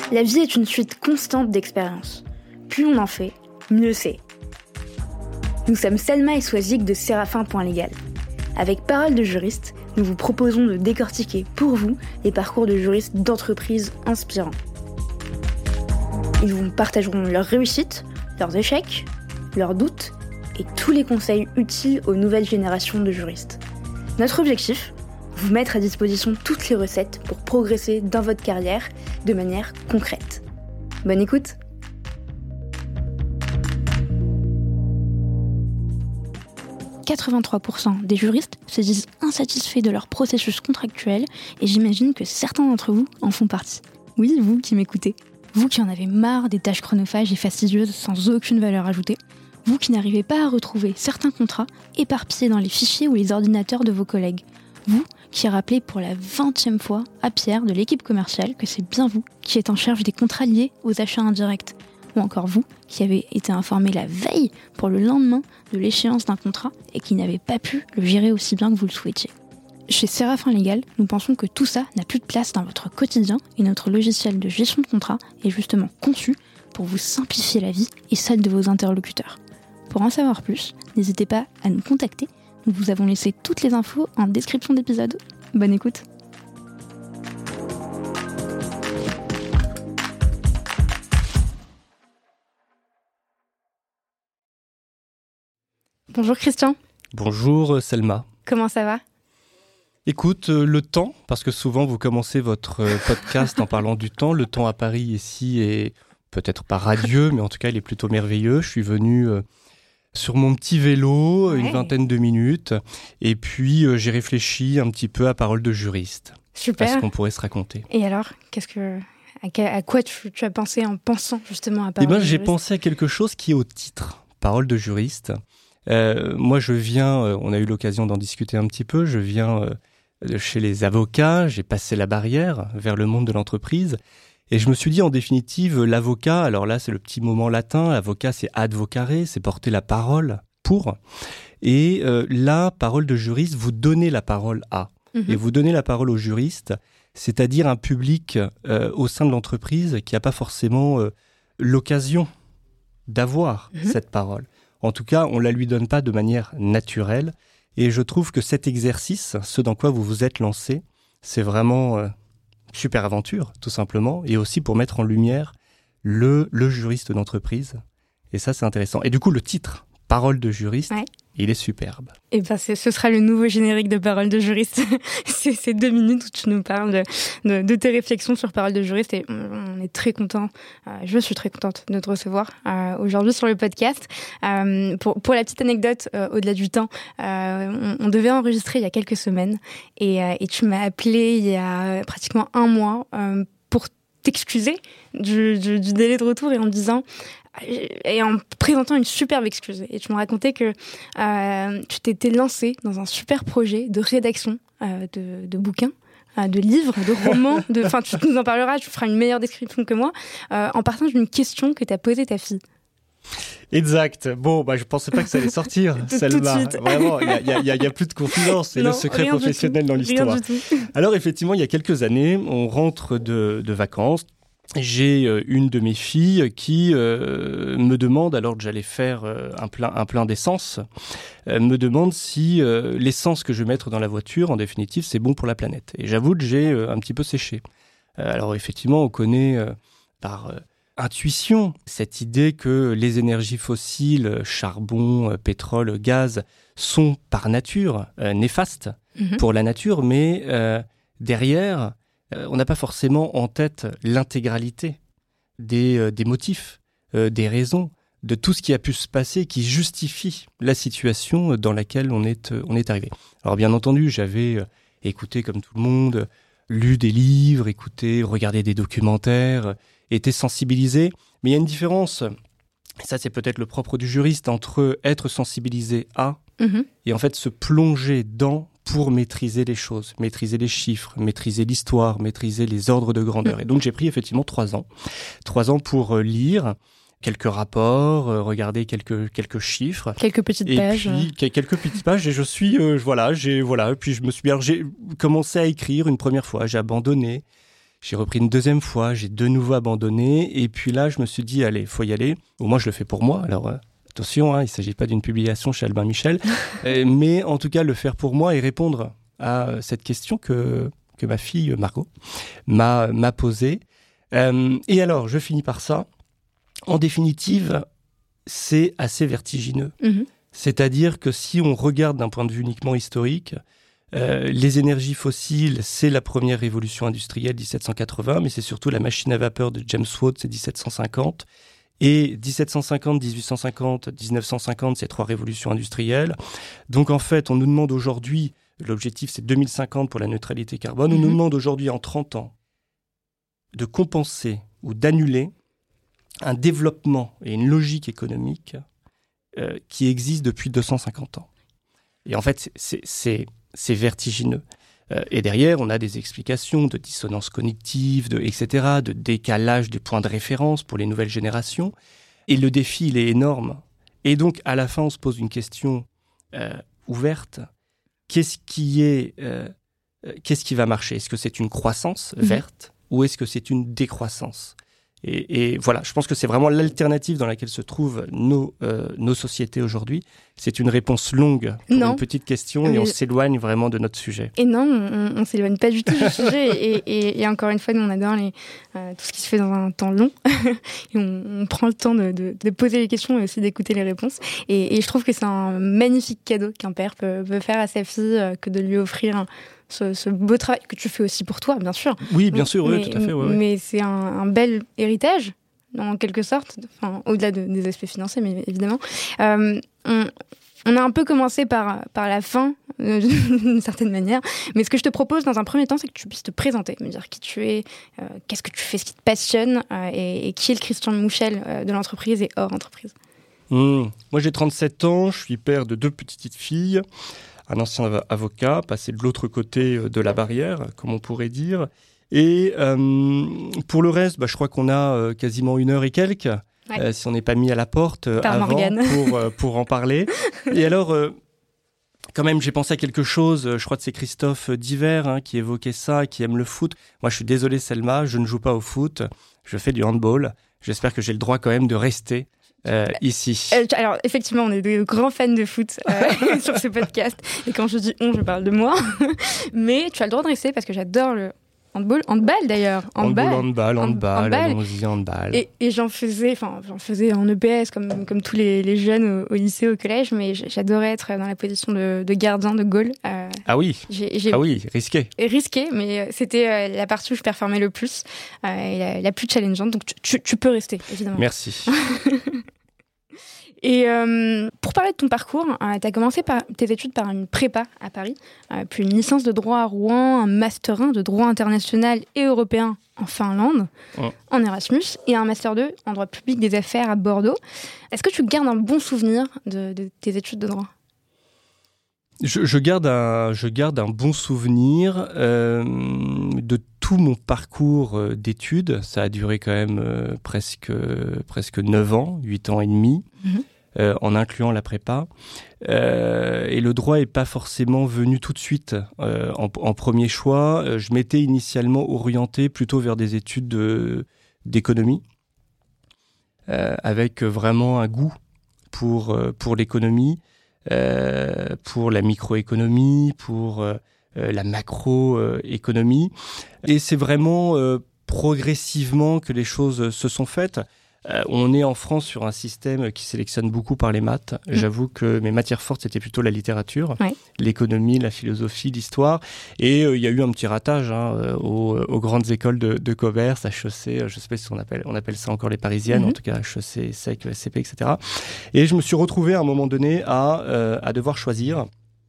La vie est une suite constante d'expériences. Plus on en fait, mieux c'est. Nous sommes Selma et Swazik de Séraphin.légal. Avec Parole de juriste, nous vous proposons de décortiquer pour vous les parcours de juristes d'entreprises inspirants. Ils vous partageront leurs réussites, leurs échecs, leurs doutes et tous les conseils utiles aux nouvelles générations de juristes. Notre objectif ? Vous mettre à disposition toutes les recettes pour progresser dans votre carrière de manière concrète. Bonne écoute ! « 83% des juristes se disent insatisfaits de leur processus contractuel et j'imagine que certains d'entre vous en font partie. Oui, vous qui m'écoutez. Vous qui en avez marre des tâches chronophages et fastidieuses sans aucune valeur ajoutée. Vous qui n'arrivez pas à retrouver certains contrats éparpillés dans les fichiers ou les ordinateurs de vos collègues. Vous qui rappelez pour la 20e fois à Pierre de l'équipe commerciale que c'est bien vous qui êtes en charge des contrats liés aux achats indirects. Ou encore vous qui avez été informé la veille pour le lendemain de l'échéance d'un contrat et qui n'avez pas pu le gérer aussi bien que vous le souhaitiez. Chez Séraphin.légal, nous pensons que tout ça n'a plus de place dans votre quotidien et notre logiciel de gestion de contrat est justement conçu pour vous simplifier la vie et celle de vos interlocuteurs. Pour en savoir plus, n'hésitez pas à nous contacter. Nous vous avons laissé toutes les infos en description d'épisode. Bonne écoute. Bonjour Christian. Bonjour Selma. Comment ça va ? Écoute, le temps, parce que souvent vous commencez votre podcast en parlant du temps. Le temps à Paris ici est peut-être pas radieux, mais en tout cas il est plutôt merveilleux. Je suis venu sur mon petit vélo, une vingtaine de minutes, et puis j'ai réfléchi un petit peu à Parole de juriste. Super. À ce qu'on pourrait se raconter. Et alors, à quoi tu as pensé en pensant justement à Parole de juriste ? J'ai pensé à quelque chose qui est au titre, Parole de juriste. Moi, je viens, on a eu l'occasion d'en discuter un petit peu, je viens de chez les avocats, j'ai passé la barrière vers le monde de l'entreprise et je me suis dit en définitive, l'avocat, alors là c'est le petit moment latin, l'avocat c'est advocare, c'est porter la parole pour, et là, Parole de juriste, vous donnez la parole à, et vous donnez la parole aux juristes, c'est-à-dire un public au sein de l'entreprise qui n'a pas forcément l'occasion d'avoir cette parole. En tout cas, on ne la lui donne pas de manière naturelle. Et je trouve que cet exercice, ce dans quoi vous vous êtes lancé, c'est vraiment super aventure, tout simplement. Et aussi pour mettre en lumière le juriste d'entreprise. Et ça, c'est intéressant. Et du coup, le titre, Parole de juriste, il est superbe. Et ben, ce sera le nouveau générique de Parole de juriste. C'est ces 2 minutes où tu nous parles de tes réflexions sur Parole de juriste. Et on est très contents, je suis très contente de te recevoir aujourd'hui sur le podcast. Pour la petite anecdote, au-delà du temps, on devait enregistrer il y a quelques semaines. Et tu m'as appelé il y a pratiquement 1 mois pour t'excuser du délai de retour et en me disant... et en présentant une superbe excuse. Et tu me racontais que tu t'étais lancé dans un super projet de rédaction de bouquins, de livres, de romans. Enfin, tu nous en parleras, tu feras une meilleure description que moi, en partant d'une question que t'as posée ta fille. Exact. Bon, je pensais pas que ça allait sortir, Selma. Vraiment, il y a plus de confidence. C'est le secret professionnel dans l'histoire. Rien du tout. Alors, effectivement, il y a quelques années, on rentre de vacances. J'ai une de mes filles qui me demande, alors que j'allais faire un plein d'essence, me demande si l'essence que je vais mettre dans la voiture, en définitive, c'est bon pour la planète. Et j'avoue que j'ai un petit peu séché. Alors effectivement, on connaît par intuition cette idée que les énergies fossiles, charbon, pétrole, gaz, sont par nature néfastes pour la nature, mais derrière... on n'a pas forcément en tête l'intégralité des motifs, des raisons, de tout ce qui a pu se passer qui justifie la situation dans laquelle on est arrivé. Alors bien entendu, j'avais écouté comme tout le monde, lu des livres, regardé des documentaires, été sensibilisé, mais il y a une différence, et ça c'est peut-être le propre du juriste, entre être sensibilisé à et en fait se plonger dans pour maîtriser les choses, maîtriser les chiffres, maîtriser l'histoire, maîtriser les ordres de grandeur. Et donc j'ai pris effectivement 3 ans. 3 ans pour lire quelques rapports, regarder quelques chiffres. Quelques petites pages. Et puis quelques petites pages, et je suis, et puis j'ai commencé à écrire une première fois, j'ai abandonné. J'ai repris une deuxième fois, j'ai de nouveau abandonné. Et puis là, je me suis dit, allez, faut y aller. Au moins, je le fais pour moi. Alors, attention, il ne s'agit pas d'une publication chez Albin Michel. Mais en tout cas, le faire pour moi et répondre à cette question que ma fille, Margot, m'a posée. Et alors, je finis par ça. En définitive, c'est assez vertigineux. C'est-à-dire que si on regarde d'un point de vue uniquement historique, les énergies fossiles, c'est la première révolution industrielle, 1780, mais c'est surtout la machine à vapeur de James Watt, c'est 1750. Et 1750, 1850, 1950, c'est 3 révolutions industrielles. Donc en fait, on nous demande aujourd'hui, l'objectif c'est 2050 pour la neutralité carbone, on nous demande aujourd'hui en 30 ans de compenser ou d'annuler un développement et une logique économique qui existe depuis 250 ans. Et en fait, c'est vertigineux. Et derrière, on a des explications de dissonance cognitive, etc., de décalage des points de référence pour les nouvelles générations. Et le défi, il est énorme. Et donc, à la fin, on se pose une question ouverte. Qu'est-ce qui va marcher ? Est-ce que c'est une croissance verte ou est-ce que c'est une décroissance ? Et voilà, je pense que c'est vraiment l'alternative dans laquelle se trouvent nos sociétés aujourd'hui. C'est une réponse longue pour une petite question et on s'éloigne vraiment de notre sujet. Et non, on ne s'éloigne pas du tout du sujet. Et encore une fois, nous, on adore tout ce qui se fait dans un temps long. Et on prend le temps de poser les questions et aussi d'écouter les réponses. Et je trouve que c'est un magnifique cadeau qu'un père peut faire à sa fille que de lui offrir ce beau travail que tu fais aussi pour toi, bien sûr. Oui, bien sûr, oui, tout à fait. Ouais. Mais c'est un bel héritage, en quelque sorte, au-delà des aspects financiers, mais évidemment. On a un peu commencé par la fin, d'une certaine manière. Mais ce que je te propose dans un premier temps, c'est que tu puisses te présenter, me dire qui tu es, qu'est-ce que tu fais, ce qui te passionne, et qui est le Christian Mouchel de l'entreprise et hors entreprise. Moi, j'ai 37 ans, je suis père de 2 petites filles. Un ancien avocat, passé de l'autre côté de la barrière, comme on pourrait dire. Et pour le reste, je crois qu'on a quasiment 1 heure et quelques, si on n'est pas mis à la porte avant pour en parler. Et alors, quand même, j'ai pensé à quelque chose, je crois que c'est Christophe Diver qui évoquait ça, qui aime le foot. Moi, je suis désolé Selma, je ne joue pas au foot, je fais du handball. J'espère que j'ai le droit quand même de rester ici. Alors, effectivement, on est de grands fans de foot sur ce podcast. Et quand je dis on, je parle de moi. Mais tu as le droit de rester parce que j'adore le handball d'ailleurs. Handball, allons-y, handball. Et j'en faisais en EPS comme tous les jeunes au lycée, au collège, mais j'adorais être dans la position de gardien de goal. Ah oui, risqué. Risqué, mais c'était la partie où je performais le plus et la plus challengeante. Donc tu peux rester, évidemment. Merci. Et pour parler de ton parcours, tu as commencé tes études par une prépa à Paris, puis une licence de droit à Rouen, un master 1 de droit international et européen en Finlande, en Erasmus, et un master 2 en droit public des affaires à Bordeaux. Est-ce que tu gardes un bon souvenir de tes études de droit ? Je garde un bon souvenir de tout mon parcours d'études. Ça a duré quand même presque 9 ans, 8 ans et demi. En incluant la prépa. Et le droit n'est pas forcément venu tout de suite en premier choix. Je m'étais initialement orienté plutôt vers des études d'économie, avec vraiment un goût pour l'économie, pour la microéconomie, pour la macroéconomie. Et c'est vraiment progressivement que les choses se sont faites. On est en France sur un système qui sélectionne beaucoup par les maths. J'avoue que mes matières fortes, c'était plutôt la littérature, l'économie, la philosophie, l'histoire. Et il y a eu un petit ratage aux grandes écoles de commerce, HEC, je ne sais pas si on appelle ça encore les parisiennes, en tout cas HEC, SEC, ESCP, etc. Et je me suis retrouvé à un moment donné à devoir choisir.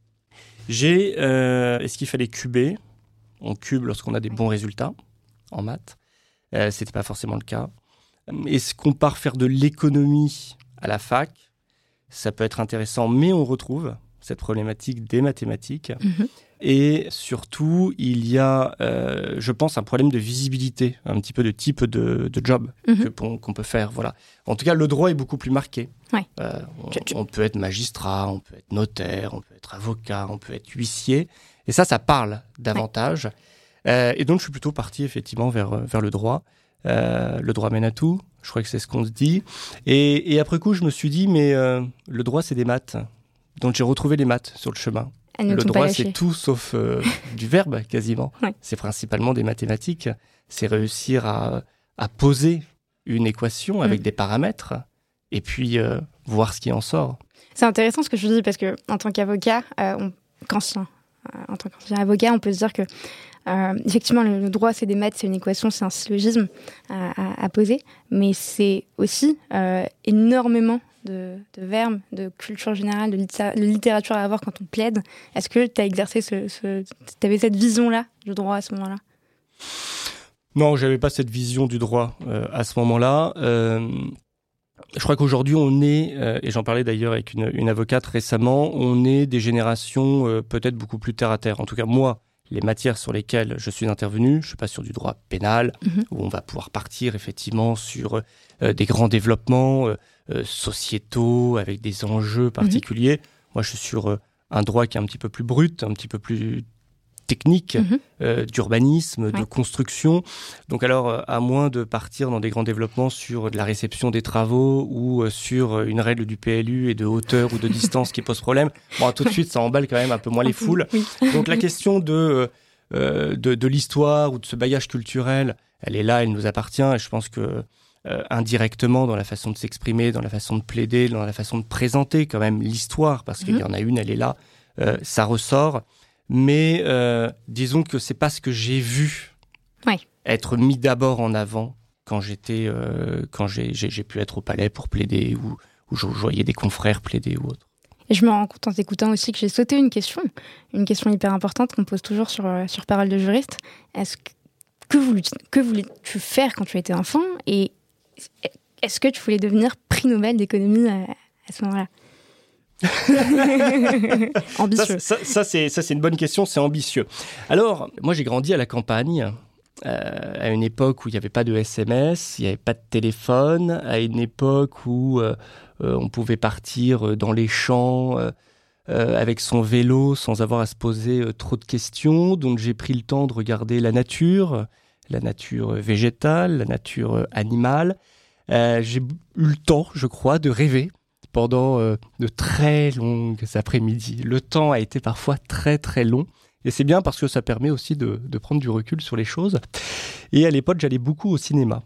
Est-ce qu'il fallait cuber ? On cube lorsqu'on a des bons résultats en maths. C'était pas forcément le cas. Est-ce qu'on part faire de l'économie à la fac ? Ça peut être intéressant, mais on retrouve cette problématique des mathématiques. Et surtout, il y a, je pense, un problème de visibilité, un petit peu de type de job qu'on peut faire. Voilà. En tout cas, le droit est beaucoup plus marqué. On peut être magistrat, on peut être notaire, on peut être avocat, on peut être huissier. Et ça parle davantage. Et donc, je suis plutôt parti effectivement vers le droit. Le droit mène à tout, je crois que c'est ce qu'on se dit. Et après coup, je me suis dit, mais le droit, c'est des maths. Donc, j'ai retrouvé les maths sur le chemin. Le droit, c'est tout sauf du verbe, quasiment. Ouais. C'est principalement des mathématiques. C'est réussir à poser une équation avec des paramètres et puis voir ce qui en sort. C'est intéressant ce que je dis parce que en tant qu'avocat, en tant qu'ancien avocat, on peut se dire que effectivement, le droit, c'est des maths, c'est une équation, c'est un syllogisme à poser, mais c'est aussi énormément de verbes, de culture générale, de littérature à avoir quand on plaide. Est-ce que tu as exercé t'avais cette vision-là du droit à ce moment-là ? Non, j'avais pas cette vision du droit à ce moment-là. Je crois qu'aujourd'hui, on est, et j'en parlais d'ailleurs avec une avocate récemment, on est des générations peut-être beaucoup plus terre à terre. En tout cas, moi, les matières sur lesquelles je suis intervenu, je suis pas sur du droit pénal, où on va pouvoir partir effectivement sur des grands développements sociétaux, avec des enjeux particuliers. Moi, je suis sur un droit qui est un petit peu plus brut, un petit peu plus technique, d'urbanisme, de construction. Donc alors, à moins de partir dans des grands développements sur de la réception des travaux ou sur une règle du PLU et de hauteur ou de distance qui pose problème, bon, tout de suite, ça emballe quand même un peu moins les foules. Donc la question de l'histoire ou de ce bagage culturel, elle est là, elle nous appartient. Et je pense que indirectement, dans la façon de s'exprimer, dans la façon de plaider, dans la façon de présenter quand même l'histoire, parce qu'il y en a une, elle est là, ça ressort. Mais disons que c'est pas ce que j'ai vu être mis d'abord en avant quand j'ai pu être au palais pour plaider ou je voyais des confrères plaider ou autre. Et je me rends compte en t'écoutant aussi que j'ai sauté une question hyper importante qu'on pose toujours sur Parole de juriste. Que voulais-tu faire quand tu étais enfant et est-ce que tu voulais devenir prix Nobel d'économie à ce moment-là? Ambitieux. Ça, c'est une bonne question, c'est ambitieux. Alors, moi, j'ai grandi à la campagne, à une époque où il n'y avait pas de SMS, il n'y avait pas de téléphone, à une époque où on pouvait partir dans les champs avec son vélo sans avoir à se poser trop de questions. Donc, j'ai pris le temps de regarder la nature végétale, la nature animale. J'ai eu le temps, je crois, de rêver pendant de très longues après-midi. Le temps a été parfois très très long. Et c'est bien parce que ça permet aussi de prendre du recul sur les choses. Et à l'époque, j'allais beaucoup au cinéma.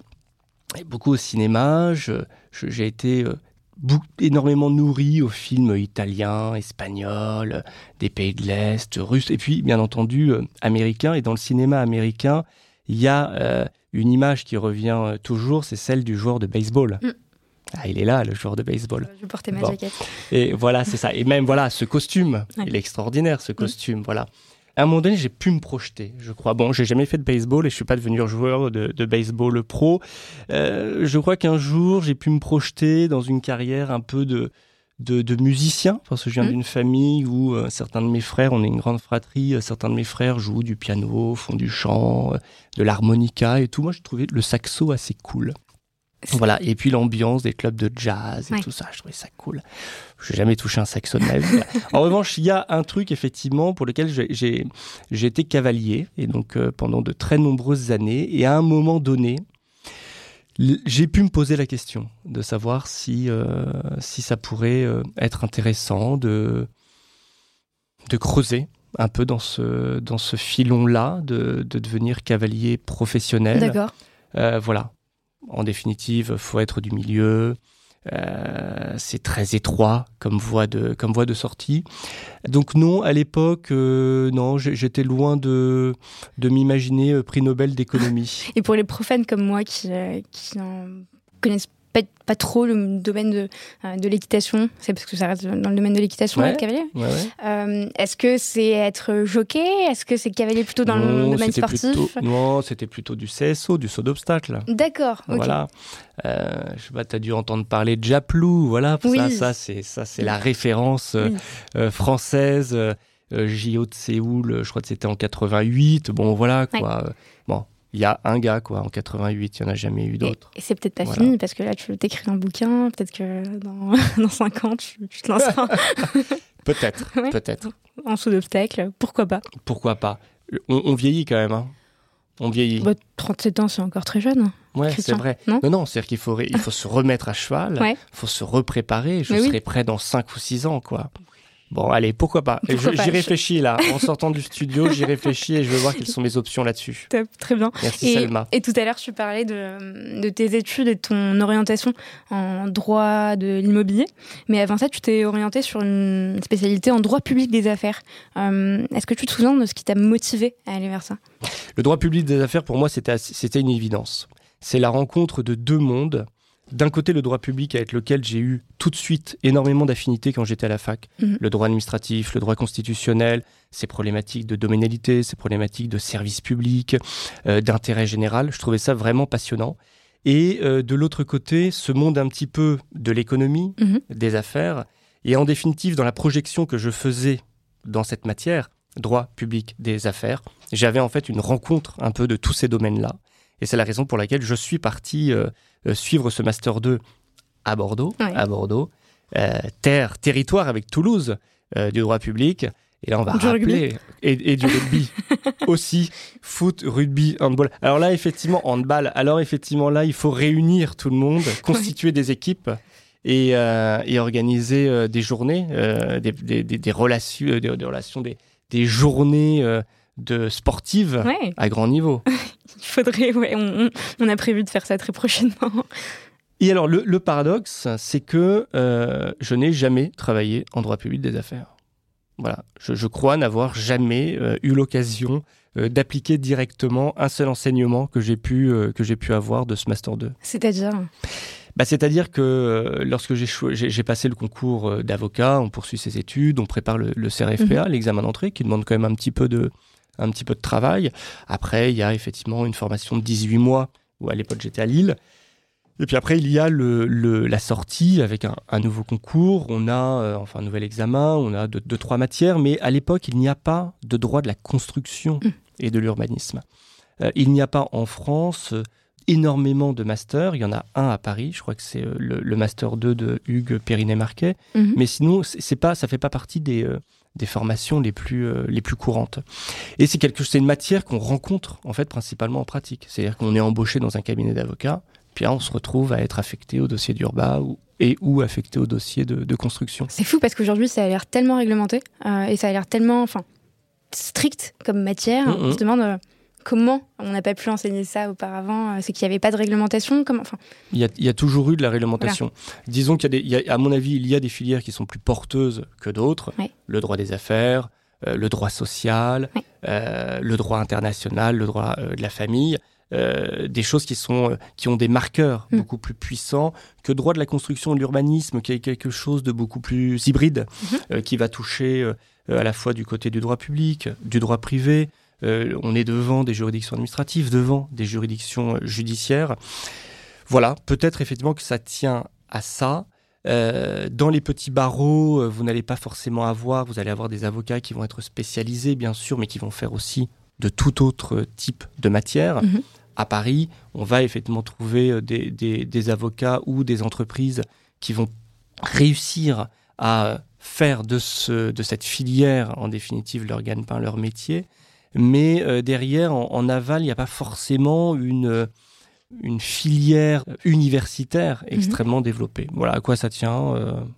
J'ai été énormément nourri aux films italiens, espagnols, des pays de l'Est, russes, et puis bien entendu américains. Et dans le cinéma américain, il y a une image qui revient toujours, c'est celle du joueur de baseball. Ah, il est là, le joueur de baseball. Je portais ma jaquette. Et voilà, c'est ça. Et même, voilà, ce costume, il est extraordinaire, ce costume, voilà. À un moment donné, j'ai pu me projeter, je crois. Bon, j'ai jamais fait de baseball et je suis pas devenu joueur de baseball pro. Je crois qu'un jour, j'ai pu me projeter dans une carrière un peu de musicien, parce que je viens d'une famille où certains de mes frères, on est une grande fratrie, certains de mes frères jouent du piano, font du chant, de l'harmonica et tout. Moi, je trouvais le saxo assez cool. Voilà, et puis l'ambiance des clubs de jazz et tout ça, je trouvais ça cool. Je n'ai jamais touché un saxo de ma vie. En revanche, il y a un truc effectivement pour lequel j'ai été cavalier, et donc pendant de très nombreuses années, et à un moment donné, j'ai pu me poser la question de savoir si ça pourrait être intéressant de creuser un peu dans ce filon-là, de devenir cavalier professionnel. D'accord. Voilà. En définitive, faut être du milieu. C'est très étroit comme voie de sortie. Donc non, à l'époque, non, j'étais loin de m'imaginer prix Nobel d'économie. Et pour les profanes comme moi qui n'en connaissent pas trop le domaine de l'équitation, c'est parce que ça reste dans le domaine de l'équitation, être cavalier. Est-ce que c'est être jockey? Est-ce que c'est cavalier plutôt dans le domaine sportif? Non, c'était plutôt du CSO, du saut d'obstacle. D'accord, ok. Voilà. Je sais pas, t'as dû entendre parler de Japlou, voilà. Oui. Ça, c'est la référence française. JO de Séoul, je crois que c'était en 88. Bon, voilà, quoi. Ouais. Bon. Il y a un gars, quoi, en 88, il n'y en a jamais eu d'autres. Et c'est peut-être pas fini, parce que là, tu t'écris un bouquin, peut-être que dans 5 ans, tu te lanceras. Peut-être. En saut d'obstacle, pourquoi pas. On vieillit quand même, hein. On vieillit. 37 ans, c'est encore très jeune. Ouais, Christian, c'est vrai. non, C'est-à-dire qu'il faut se remettre à cheval, il faut se repréparer. Je serai prêt dans 5 ou 6 ans, quoi. Bon, allez, pourquoi pas. J'y réfléchis, là. En sortant du studio, j'y réfléchis et je vais voir quelles sont mes options là-dessus. Top, très bien. Merci, Selma. Et tout à l'heure, tu parlais de tes études et de ton orientation en droit de l'immobilier. Mais avant ça, tu t'es orienté sur une spécialité en droit public des affaires. Est-ce que tu te souviens de ce qui t'a motivé à aller vers ça ? Le droit public des affaires, pour moi, c'était une évidence. C'est la rencontre de 2 mondes. D'un côté, le droit public avec lequel j'ai eu tout de suite énormément d'affinités quand j'étais à la fac. Le droit administratif, le droit constitutionnel, ces problématiques de dominalité, ces problématiques de service public, d'intérêt général. Je trouvais ça vraiment passionnant. Et de l'autre côté, ce monde un petit peu de l'économie, des affaires, et en définitive, dans la projection que je faisais dans cette matière, droit public des affaires, j'avais en fait une rencontre un peu de tous ces domaines-là. Et c'est la raison pour laquelle je suis parti suivre ce Master 2 à Bordeaux, territoire avec Toulouse du droit public. Et là, on va rappeler... Et du rugby aussi. Foot, rugby, handball. Alors là, effectivement, handball. Alors effectivement, là, il faut réunir tout le monde, constituer des équipes et organiser des journées, des relations, des journées de sportives à grand niveau. Il faudrait, on a prévu de faire ça très prochainement. Et alors, le paradoxe, c'est que je n'ai jamais travaillé en droit public des affaires. Voilà, je crois n'avoir jamais eu l'occasion d'appliquer directement un seul enseignement que j'ai pu avoir de ce Master 2. C'est-à-dire ? C'est-à-dire que lorsque j'ai passé le concours d'avocat, on poursuit ses études, on prépare le CRFPA, l'examen d'entrée, qui demande quand même un petit peu de travail. Après, il y a effectivement une formation de 18 mois, où à l'époque j'étais à Lille. Et puis après, il y a la sortie avec un nouveau concours, on a un nouvel examen, on a 2-3 matières, mais à l'époque, il n'y a pas de droit de la construction et de l'urbanisme. Il n'y a pas en France énormément de masters, il y en a un à Paris, je crois que c'est le Master 2 de Hugues Périnet-Marquet, mais sinon, ça ne fait pas partie des formations les plus courantes. Et c'est une matière qu'on rencontre en fait principalement en pratique. C'est-à-dire qu'on est embauché dans un cabinet d'avocats, puis là on se retrouve à être affecté au dossier d'urba ou affecté au dossier de construction. C'est fou parce qu'aujourd'hui ça a l'air tellement réglementé et ça a l'air tellement strict comme matière. On se demande comment on n'a pas pu enseigner ça auparavant. C'est qu'il n'y avait pas de réglementation. Il y a toujours eu de la réglementation. Voilà. Disons à mon avis, il y a des filières qui sont plus porteuses que d'autres. Oui. Le droit des affaires, le droit social, le droit international, le droit de la famille. Des choses qui ont des marqueurs beaucoup plus puissants que le droit de la construction et de l'urbanisme, qui est quelque chose de beaucoup plus hybride, qui va toucher à la fois du côté du droit public, du droit privé. On est devant des juridictions administratives, devant des juridictions judiciaires. Voilà, peut-être effectivement que ça tient à ça. Dans les petits barreaux, vous n'allez pas forcément vous allez avoir des avocats qui vont être spécialisés, bien sûr, mais qui vont faire aussi de tout autre type de matière. À Paris, on va effectivement trouver des avocats ou des entreprises qui vont réussir à faire de cette filière, en définitive, leur gagne-pain, leur métier. Mais derrière, en aval, il n'y a pas forcément une filière universitaire extrêmement développée. Voilà à quoi ça tient.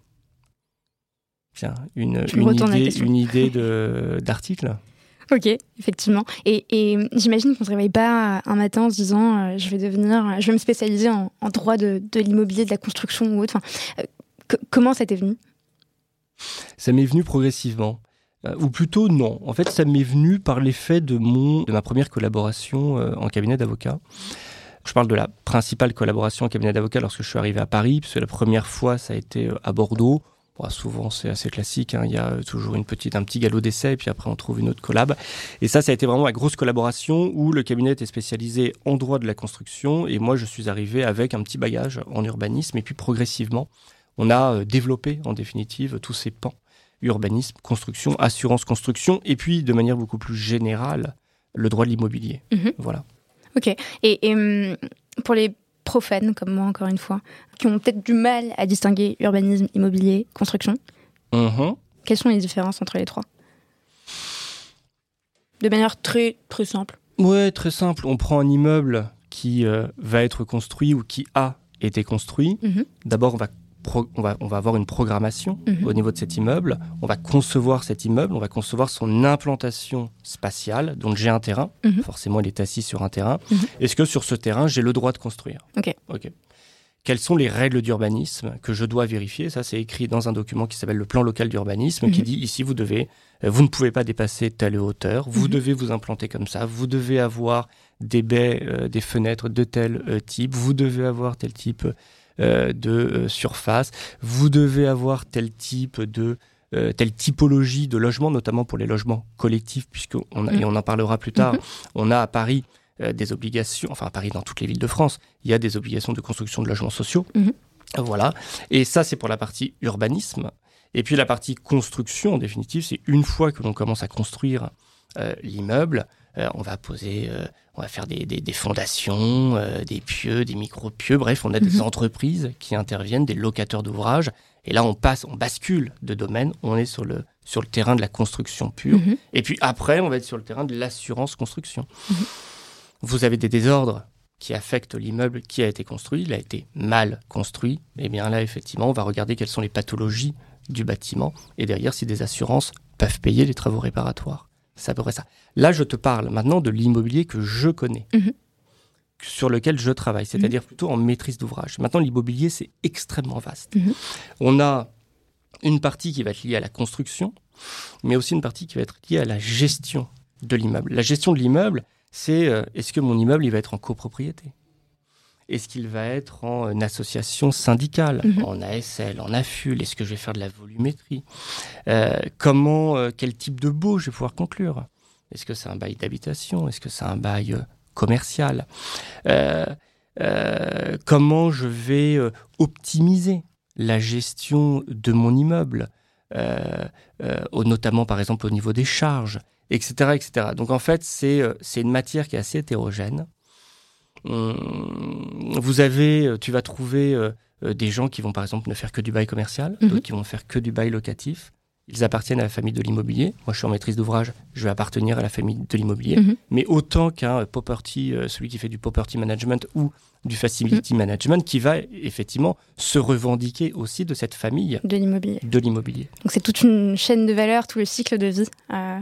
Une idée d'article. Ok, effectivement. Et j'imagine qu'on ne se réveille pas un matin en se disant je vais me spécialiser en droit de l'immobilier, de la construction ou autre. Comment ça t'est venu ? Ça m'est venu progressivement. Ou plutôt non. En fait, ça m'est venu par l'effet de ma première collaboration en cabinet d'avocat. Je parle de la principale collaboration en cabinet d'avocat lorsque je suis arrivé à Paris, puisque la première fois, ça a été à Bordeaux. Bon, souvent, c'est assez classique. Il y a toujours un petit galop d'essai, et puis après, on trouve une autre collab. Et ça a été vraiment la grosse collaboration où le cabinet était spécialisé en droit de la construction, et moi, je suis arrivé avec un petit bagage en urbanisme. Et puis, progressivement, on a développé, en définitive, tous ces pans. Urbanisme, construction, assurance construction, et puis de manière beaucoup plus générale, le droit de l'immobilier. Voilà. Ok. Et pour les profanes, comme moi, encore une fois, qui ont peut-être du mal à distinguer urbanisme, immobilier, construction, quelles sont les différences entre les trois ? De manière très, très simple. Ouais, très simple. On prend un immeuble qui va être construit ou qui a été construit. D'abord, on va avoir une programmation au niveau de cet immeuble. On va concevoir cet immeuble, on va concevoir son implantation spatiale. Donc j'ai un terrain, forcément il est assis sur un terrain. Est-ce que sur ce terrain, j'ai le droit de construire ? Ok. Quelles sont les règles d'urbanisme que je dois vérifier ? Ça, c'est écrit dans un document qui s'appelle le plan local d'urbanisme, qui dit ici, vous ne pouvez pas dépasser telle hauteur, vous devez vous implanter comme ça, vous devez avoir des baies, des fenêtres de tel type, vous devez avoir tel type de surface, vous devez avoir tel type de telle typologie de logement, notamment pour les logements collectifs, et on en parlera plus tard. On a à Paris des obligations, enfin à Paris, dans toutes les villes de France, il y a des obligations de construction de logements sociaux. Voilà. Et ça, c'est pour la partie urbanisme. Et puis la partie construction, en définitive, c'est une fois que l'on commence à construire l'immeuble, on va faire des fondations, des pieux, des micro-pieux. Bref, on a des entreprises qui interviennent, des locateurs d'ouvrages. Et là, on bascule de domaine. On est sur le terrain de la construction pure. Et puis après, on va être sur le terrain de l'assurance construction. Vous avez des désordres qui affectent l'immeuble qui a été construit. Il a été mal construit. Et bien là, effectivement, on va regarder quelles sont les pathologies du bâtiment. Et derrière, si des assurances peuvent payer les travaux réparatoires. C'est à peu près ça. Là, je te parle maintenant de l'immobilier que je connais, sur lequel je travaille, c'est-à-dire plutôt en maîtrise d'ouvrage. Maintenant, l'immobilier, c'est extrêmement vaste. On a une partie qui va être liée à la construction, mais aussi une partie qui va être liée à la gestion de l'immeuble. La gestion de l'immeuble, c'est est-ce que mon immeuble il va être en copropriété ? Est-ce qu'il va être en association syndicale, en ASL, en AFUL ? Est-ce que je vais faire de la volumétrie ? Quel type de baux je vais pouvoir conclure ? Est-ce que c'est un bail d'habitation ? Est-ce que c'est un bail commercial ? Comment je vais optimiser la gestion de mon immeuble, notamment par exemple au niveau des charges, etc., etc. Donc en fait, c'est une matière qui est assez hétérogène. Tu vas trouver des gens qui vont par exemple ne faire que du bail commercial, d'autres qui vont faire que du bail locatif. Ils appartiennent à la famille de l'immobilier. Moi, je suis en maîtrise d'ouvrage, je vais appartenir à la famille de l'immobilier. Mais autant qu'un property, celui qui fait du property management ou du facility management, qui va effectivement se revendiquer aussi de cette famille de l'immobilier. Donc c'est toute une chaîne de valeur, tout le cycle de vie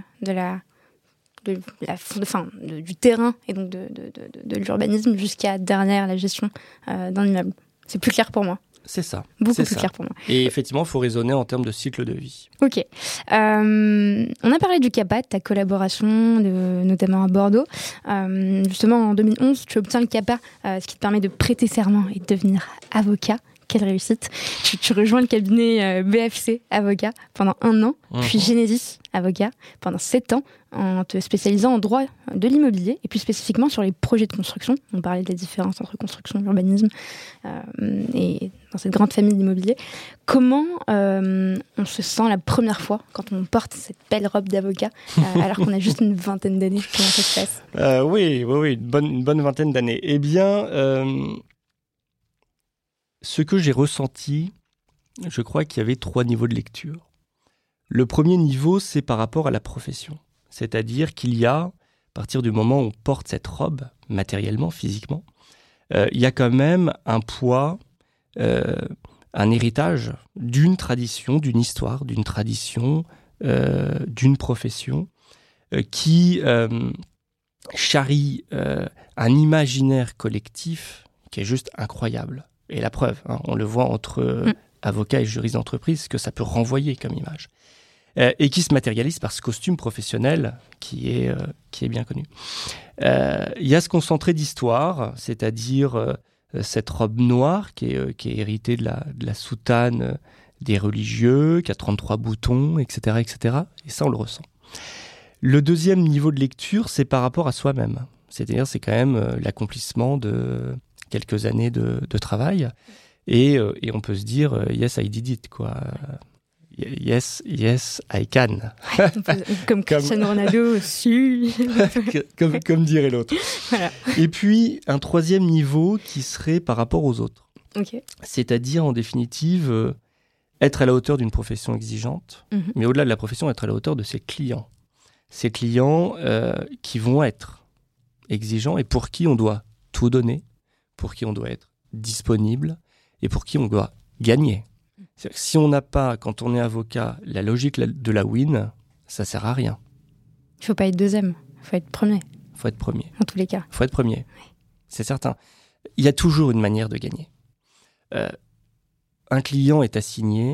du terrain et donc de l'urbanisme jusqu'à derrière la gestion d'un immeuble. C'est plus clair pour moi. C'est ça. Beaucoup plus clair pour moi. Et effectivement, il faut raisonner en termes de cycle de vie. Ok. On a parlé du CAPA, de ta collaboration, notamment à Bordeaux. Justement, en 2011, tu obtiens le CAPA, ce qui te permet de prêter serment et de devenir avocat. Quelle réussite. Tu rejoins le cabinet BFC Avocat pendant 1 an, puis Genesis Avocat pendant 7 ans, en te spécialisant en droit de l'immobilier, et plus spécifiquement sur les projets de construction. On parlait de la différence entre construction et urbanisme, et dans cette grande famille d'immobilier. Comment on se sent la première fois quand on porte cette belle robe d'avocat, alors qu'on a juste une vingtaine d'années ? Comment ça se passe ? Oui, une bonne vingtaine d'années. Eh bien... ce que j'ai ressenti, je crois qu'il y avait 3 niveaux de lecture. Le premier niveau, c'est par rapport à la profession. C'est-à-dire qu'il y a, à partir du moment où on porte cette robe, matériellement, physiquement, il y a quand même un poids, un héritage d'une tradition, d'une histoire, d'une tradition, d'une profession qui charrie un imaginaire collectif qui est juste incroyable. Et la preuve, on le voit entre avocats et juristes d'entreprise, que ça peut renvoyer comme image. Et qui se matérialise par ce costume professionnel qui est bien connu. Il y a ce concentré d'histoire, c'est-à-dire cette robe noire qui est héritée de la soutane des religieux, qui a 33 boutons, etc., etc. Et ça, on le ressent. Le deuxième niveau de lecture, c'est par rapport à soi-même. C'est-à-dire, c'est quand même l'accomplissement de quelques années de travail, et on peut se dire yes, I did it, quoi. Yes, I can. Comme Cristiano Ronaldo aussi. comme dirait l'autre. Voilà. Et puis un troisième niveau qui serait par rapport aux autres. Okay. C'est-à-dire en définitive être à la hauteur d'une profession exigeante, mais au-delà de la profession, être à la hauteur de ses clients. Ces clients qui vont être exigeants et pour qui on doit tout donner, pour qui on doit être disponible et pour qui on doit gagner. C'est-à-dire que si on n'a pas, quand on est avocat, la logique de la win, ça sert à rien. Il ne faut pas être deuxième, il faut être premier. Il faut être premier. En tous les cas. Il faut être premier, Oui. C'est certain. Il y a toujours une manière de gagner. Un client est assigné,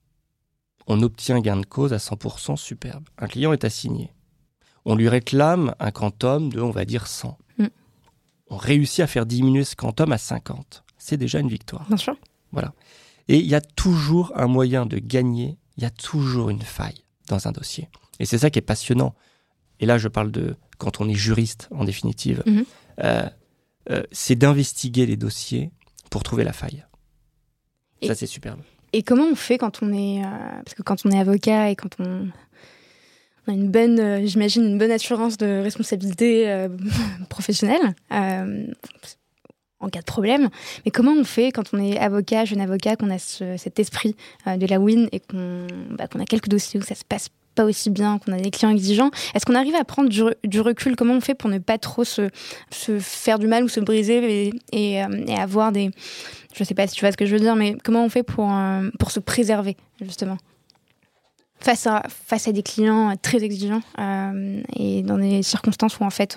on obtient gain de cause à 100%, superbe. Un client est assigné. On lui réclame un quantum de, on va dire, 100. On réussit à faire diminuer ce quantum à 50. C'est déjà une victoire. Bien sûr. Voilà. Et il y a toujours un moyen de gagner, il y a toujours une faille dans un dossier. Et c'est ça qui est passionnant. Et là, je parle de quand on est juriste, en définitive. C'est d'investiguer les dossiers pour trouver la faille. Et ça, c'est superbe. Et comment on fait quand on est... parce que quand on est avocat et quand on a une bonne, j'imagine, une bonne assurance de responsabilité professionnelle en cas de problème. Mais comment on fait quand on est avocat, jeune avocat, qu'on a cet esprit de la win et qu'on a quelques dossiers où ça se passe pas aussi bien, qu'on a des clients exigeants? Est-ce qu'on arrive à prendre du recul? Comment on fait pour ne pas trop se faire du mal ou se briser et avoir des... Je sais pas si tu vois ce que je veux dire, mais comment on fait pour se préserver, justement, face à des clients très exigeants et dans des circonstances où, en fait,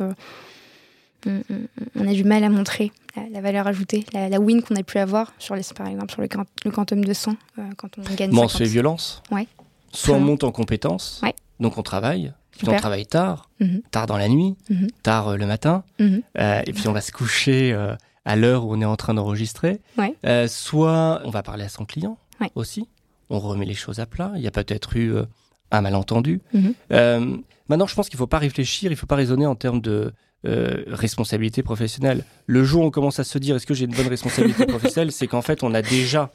on a du mal à montrer la valeur ajoutée, la win qu'on a pu avoir, par exemple, sur le quantum de 100, quand on gagne 50. On se fait violence. Ouais. Soit on monte en compétences, ouais. Donc on travaille, puis Super. on travaille tard dans la nuit, tard le matin, et puis on va se coucher à l'heure où on est en train d'enregistrer. Ouais. Soit on va parler à son client aussi, on remet les choses à plat, il y a peut-être eu un malentendu. Maintenant, je pense qu'il ne faut pas réfléchir, il ne faut pas raisonner en termes de responsabilité professionnelle. Le jour où on commence à se dire est-ce que j'ai une bonne responsabilité professionnelle, c'est qu'en fait on a déjà...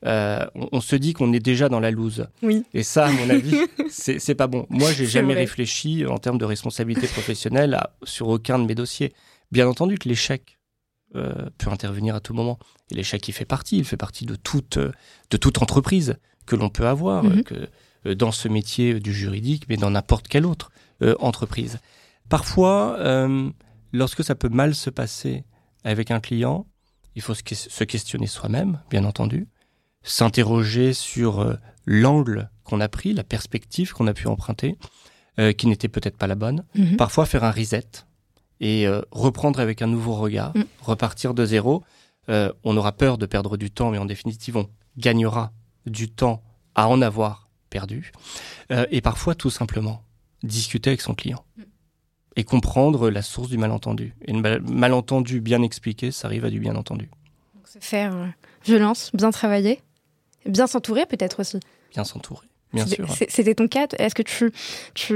on se dit qu'on est déjà dans la loose. Oui. Et ça, à mon avis, c'est pas bon. Moi, j'ai jamais vrai. réfléchi en termes de responsabilité professionnelle sur aucun de mes dossiers. Bien entendu que l'échec peut intervenir à tout moment. Et l'échec, il fait partie de toute entreprise que l'on peut avoir, dans ce métier du juridique, mais dans n'importe quelle autre entreprise. Parfois, lorsque ça peut mal se passer avec un client, il faut se questionner soi-même, bien entendu, s'interroger sur l'angle qu'on a pris, la perspective qu'on a pu emprunter, qui n'était peut-être pas la bonne. Parfois faire un reset et reprendre avec un nouveau regard, repartir de zéro. On aura peur de perdre du temps, mais en définitive, on gagnera du temps à en avoir perdu. Et parfois, tout simplement, discuter avec son client et comprendre la source du malentendu. Et le malentendu bien expliqué, ça arrive à du bien entendu. Donc se faire violence, bien travailler, bien s'entourer peut-être aussi. Bien s'entourer, bien sûr. C'était ton cas. Est-ce que tu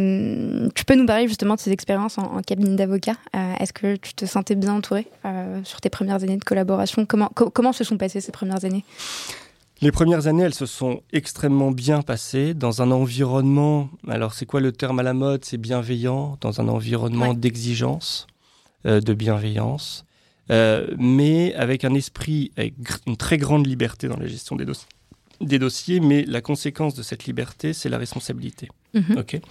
peux nous parler justement de ces expériences en cabinet d'avocat? Est-ce que tu te sentais bien entouré sur tes premières années de collaboration? Comment se sont passées ces premières années? Les premières années, elles se sont extrêmement bien passées dans un environnement, alors c'est quoi le terme à la mode? C'est bienveillant, dans un environnement d'exigence, de bienveillance, mais avec un esprit, avec une très grande liberté dans la gestion des dossiers, mais la conséquence de cette liberté, c'est la responsabilité. Okay.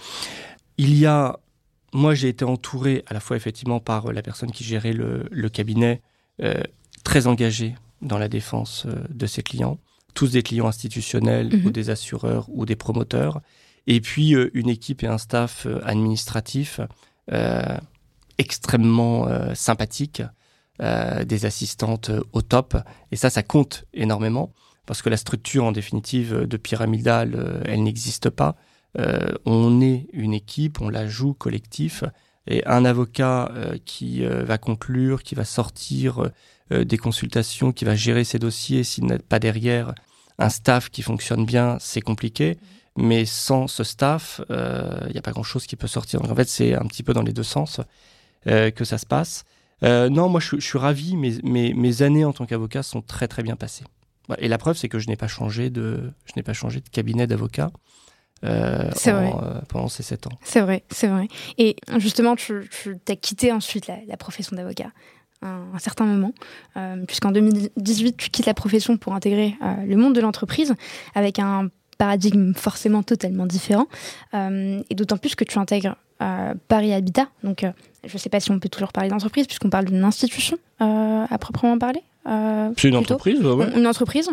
Moi j'ai été entouré à la fois effectivement par la personne qui gérait le cabinet, très engagée dans la défense de ses clients, tous des clients institutionnels ou des assureurs ou des promoteurs, et puis une équipe et un staff administratif extrêmement sympathiques, des assistantes au top, et ça compte énormément, parce que la structure en définitive de pyramidale, elle n'existe pas. On est une équipe, on la joue collectif, et un avocat qui va conclure, qui va sortir des consultations, qui va gérer ses dossiers, s'il n'a pas derrière un staff qui fonctionne bien, c'est compliqué. Mais sans ce staff, il n'y a pas grand-chose qui peut sortir. Donc en fait, c'est un petit peu dans les deux sens que ça se passe. Non, moi, je suis ravi. Mes années en tant qu'avocat sont très, très bien passées. Et la preuve, c'est que je n'ai pas changé de cabinet d'avocat pendant ces 7 ans. C'est vrai. Et justement, tu as quitté ensuite la profession d'avocat un certain moment, puisqu'en 2018, tu quittes la profession pour intégrer le monde de l'entreprise avec un paradigme forcément totalement différent, et d'autant plus que tu intègres Paris Habitat. Donc, je ne sais pas si on peut toujours parler d'entreprise, puisqu'on parle d'une institution à proprement parler. C'est une entreprise, ouais. Une entreprise,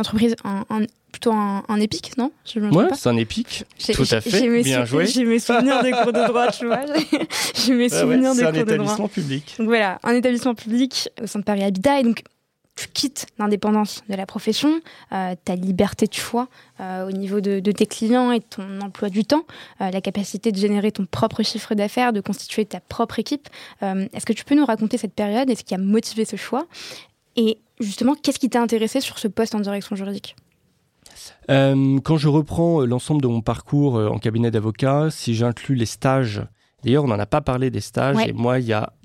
plutôt un EPIC, non? Ouais, c'est un EPIC, tout à fait, bien joué. J'ai mes souvenirs des cours de droit, tu vois. J'ai mes souvenirs des cours de droit. C'est un établissement public. Donc voilà, un établissement public au sein de Paris Habitat. Et donc, tu quittes l'indépendance de la profession, ta liberté de choix au niveau de tes clients et de ton emploi du temps, la capacité de générer ton propre chiffre d'affaires, de constituer ta propre équipe. Est-ce que tu peux nous raconter cette période? Est-ce qui a motivé ce choix? Et justement, qu'est-ce qui t'a intéressé sur ce poste en direction juridique? Quand je reprends l'ensemble de mon parcours en cabinet d'avocat, si j'inclus les stages, d'ailleurs on n'en a pas parlé des stages, et moi il y a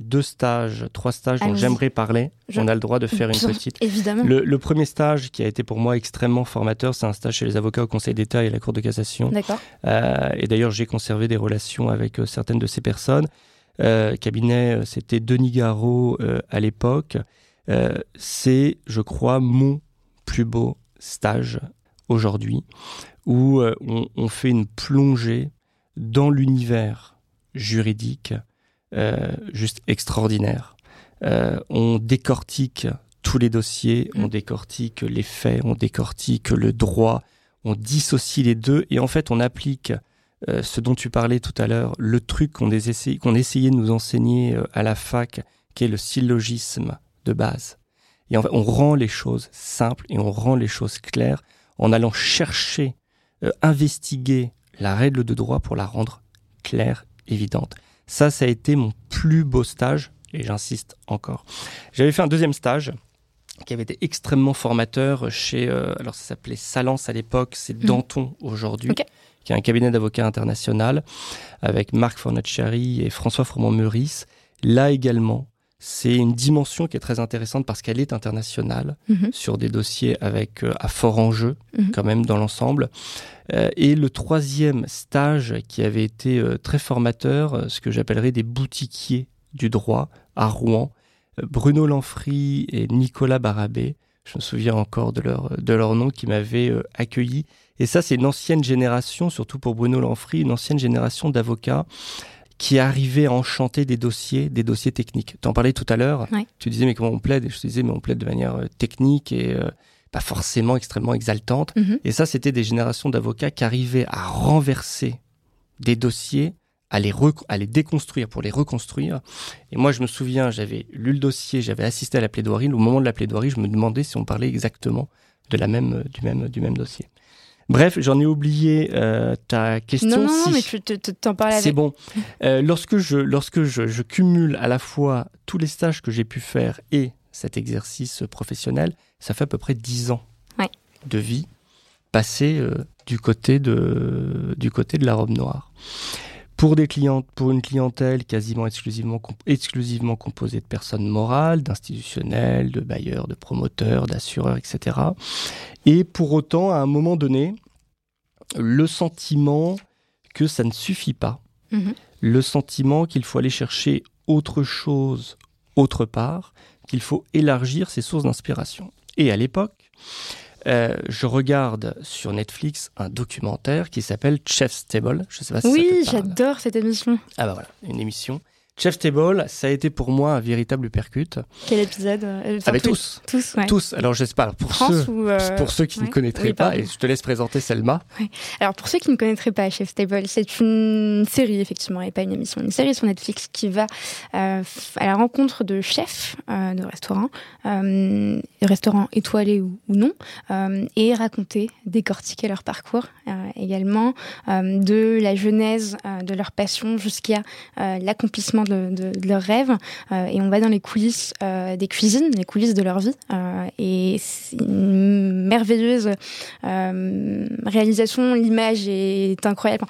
3 stages dont j'aimerais parler. On a le droit de faire une petite. Évidemment. Le premier stage qui a été pour moi extrêmement formateur, c'est un stage chez les avocats au Conseil d'État et à la Cour de cassation. D'accord. Et d'ailleurs j'ai conservé des relations avec certaines de ces personnes. Cabinet, c'était Denis Garot à l'époque. C'est, je crois, mon plus beau stage aujourd'hui, où on fait une plongée dans l'univers juridique juste extraordinaire. On décortique tous les dossiers, on décortique les faits, on décortique le droit, on dissocie les deux et en fait on applique ce dont tu parlais tout à l'heure, le truc qu'on essayait de nous enseigner à la fac, qui est le syllogisme de base. Et en fait, on rend les choses simples et on rend les choses claires en allant chercher, investiguer la règle de droit pour la rendre claire, évidente. Ça a été mon plus beau stage, et j'insiste encore. J'avais fait un deuxième stage qui avait été extrêmement formateur chez, alors ça s'appelait Salence à l'époque, c'est Danton aujourd'hui, qui est un cabinet d'avocats international, avec Marc Fornaciari et François Froment-Meurice. Là également, c'est une dimension qui est très intéressante parce qu'elle est internationale, sur des dossiers avec à fort enjeu, quand même, dans l'ensemble. Et le troisième stage qui avait été très formateur, ce que j'appellerais des boutiquiers du droit à Rouen, Bruno Lanfry et Nicolas Barabé, je me souviens encore de leur nom, qui m'avaient accueilli. Et ça, c'est une ancienne génération, surtout pour Bruno Lanfry, une ancienne génération d'avocats qui arrivaient à enchanter des dossiers techniques. Tu en parlais tout à l'heure, tu disais mais comment on plaide? Et je te disais mais on plaide de manière technique et pas forcément extrêmement exaltante. Et ça, c'était des générations d'avocats qui arrivaient à renverser des dossiers, à les déconstruire pour les reconstruire. Et moi, je me souviens, j'avais lu le dossier, j'avais assisté à la plaidoirie. Au moment de la plaidoirie, je me demandais si on parlait exactement du même dossier. Bref, j'en ai oublié ta question. Non, mais tu t'en parlais avec. C'est bon. Lorsque je cumule à la fois tous les stages que j'ai pu faire et cet exercice professionnel, ça fait à peu près 10 ans de vie passée du côté de la robe noire. Pour une clientèle quasiment exclusivement composée de personnes morales, d'institutionnels, de bailleurs, de promoteurs, d'assureurs, etc. Et pour autant, à un moment donné, le sentiment que ça ne suffit pas, le sentiment qu'il faut aller chercher autre chose autre part, qu'il faut élargir ses sources d'inspiration. Et à l'époque, je regarde sur Netflix un documentaire qui s'appelle Chef's Table. Je sais pas si ça te parle. J'adore cette émission. Ah bah voilà, une émission. Chef's Table, ça a été pour moi un véritable percute. Quel épisode? Tous. Ouais. Tous. Alors je sais pas, pour ceux qui ne connaîtraient pas, et je te laisse présenter Selma. Ouais. Alors pour ceux qui ne connaîtraient pas Chef's Table, c'est une série effectivement, et pas une émission, une série sur Netflix qui va à la rencontre de chefs de restaurants étoilés ou non, et raconter, décortiquer leur parcours également, de la genèse de leur passion jusqu'à l'accomplissement de leurs rêves, et on va dans les coulisses des cuisines, les coulisses de leur vie, et c'est une merveilleuse réalisation. L'image est incroyable,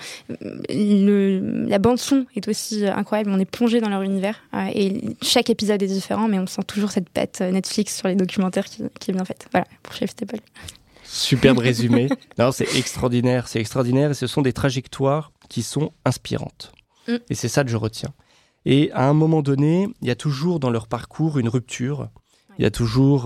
la bande son est aussi incroyable, on est plongé dans leur univers, et chaque épisode est différent, mais on sent toujours cette patte Netflix sur les documentaires qui est bien faite. Voilà, pour Chef's Table. Superbe résumé. Non, c'est extraordinaire, et ce sont des trajectoires qui sont inspirantes. Et c'est ça que je retiens. Et à un moment donné, il y a toujours dans leur parcours une rupture. Il y a toujours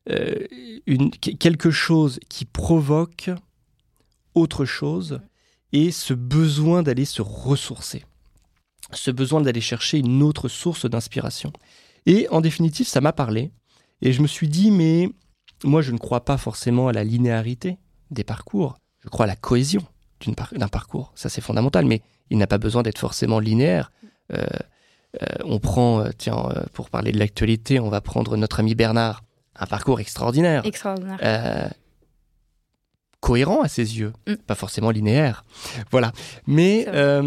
quelque chose qui provoque autre chose et ce besoin d'aller se ressourcer, ce besoin d'aller chercher une autre source d'inspiration. Et en définitive, ça m'a parlé. Et je me suis dit, mais moi, je ne crois pas forcément à la linéarité des parcours. Je crois à la cohésion d'un parcours. Ça, c'est fondamental. Mais il n'a pas besoin d'être forcément linéaire. On prend, pour parler de l'actualité, on va prendre notre ami Bernard. Un parcours extraordinaire. Cohérent à ses yeux. Pas forcément linéaire. Voilà. Mais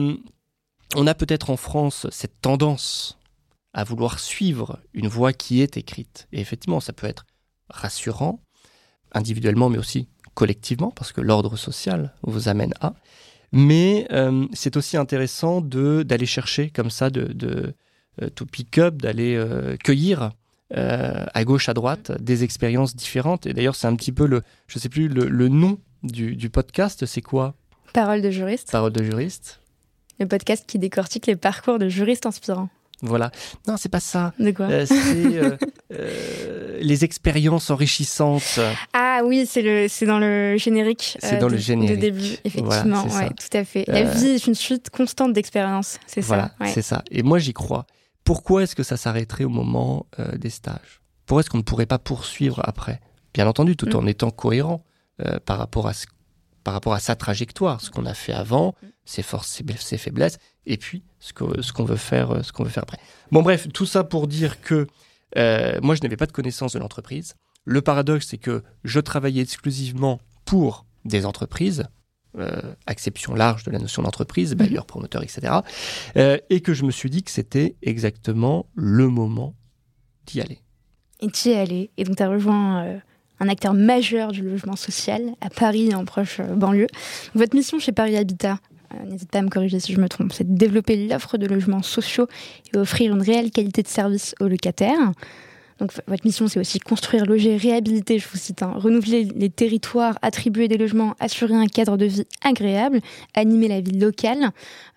on a peut-être en France cette tendance à vouloir suivre une voie qui est écrite. Et effectivement, ça peut être rassurant, individuellement, mais aussi collectivement, parce que l'ordre social vous amène à. Mais c'est aussi intéressant d'aller chercher comme ça, to pick up, d'aller cueillir à gauche, à droite, des expériences différentes. Et d'ailleurs, c'est un petit peu je sais plus, le nom du podcast, c'est quoi ? Parole de juriste. Parole de juriste. Le podcast qui décortique les parcours de juristes inspirants. Voilà. Non, c'est pas ça. De quoi ? C'est les expériences enrichissantes. Ah oui, c'est dans le générique. C'est dans le générique. De début, effectivement. Voilà, tout à fait. La vie est une suite constante d'expériences. C'est voilà, ça. Ouais. C'est ça. Et moi, j'y crois. Pourquoi est-ce que ça s'arrêterait au moment des stages ? Pourquoi est-ce qu'on ne pourrait pas poursuivre après ? Bien entendu, tout en étant cohérent par rapport à sa trajectoire, ce qu'on a fait avant, ses forces, ses faiblesses, et puis ce qu'on veut faire après. Bon, bref, tout ça pour dire que moi, je n'avais pas de connaissance de l'entreprise. Le paradoxe, c'est que je travaillais exclusivement pour des entreprises, acception large de la notion d'entreprise, bailleurs, promoteurs, etc. Et que je me suis dit que c'était exactement le moment d'y aller. Et tu y es allé, et donc tu as rejoint un acteur majeur du logement social à Paris et en proche banlieue. Votre mission chez Paris Habitat, n'hésite pas à me corriger si je me trompe, c'est de développer l'offre de logements sociaux et offrir une réelle qualité de service aux locataires. Donc votre mission, c'est aussi construire, loger, réhabiliter, je vous cite, renouveler les territoires, attribuer des logements, assurer un cadre de vie agréable, animer la vie locale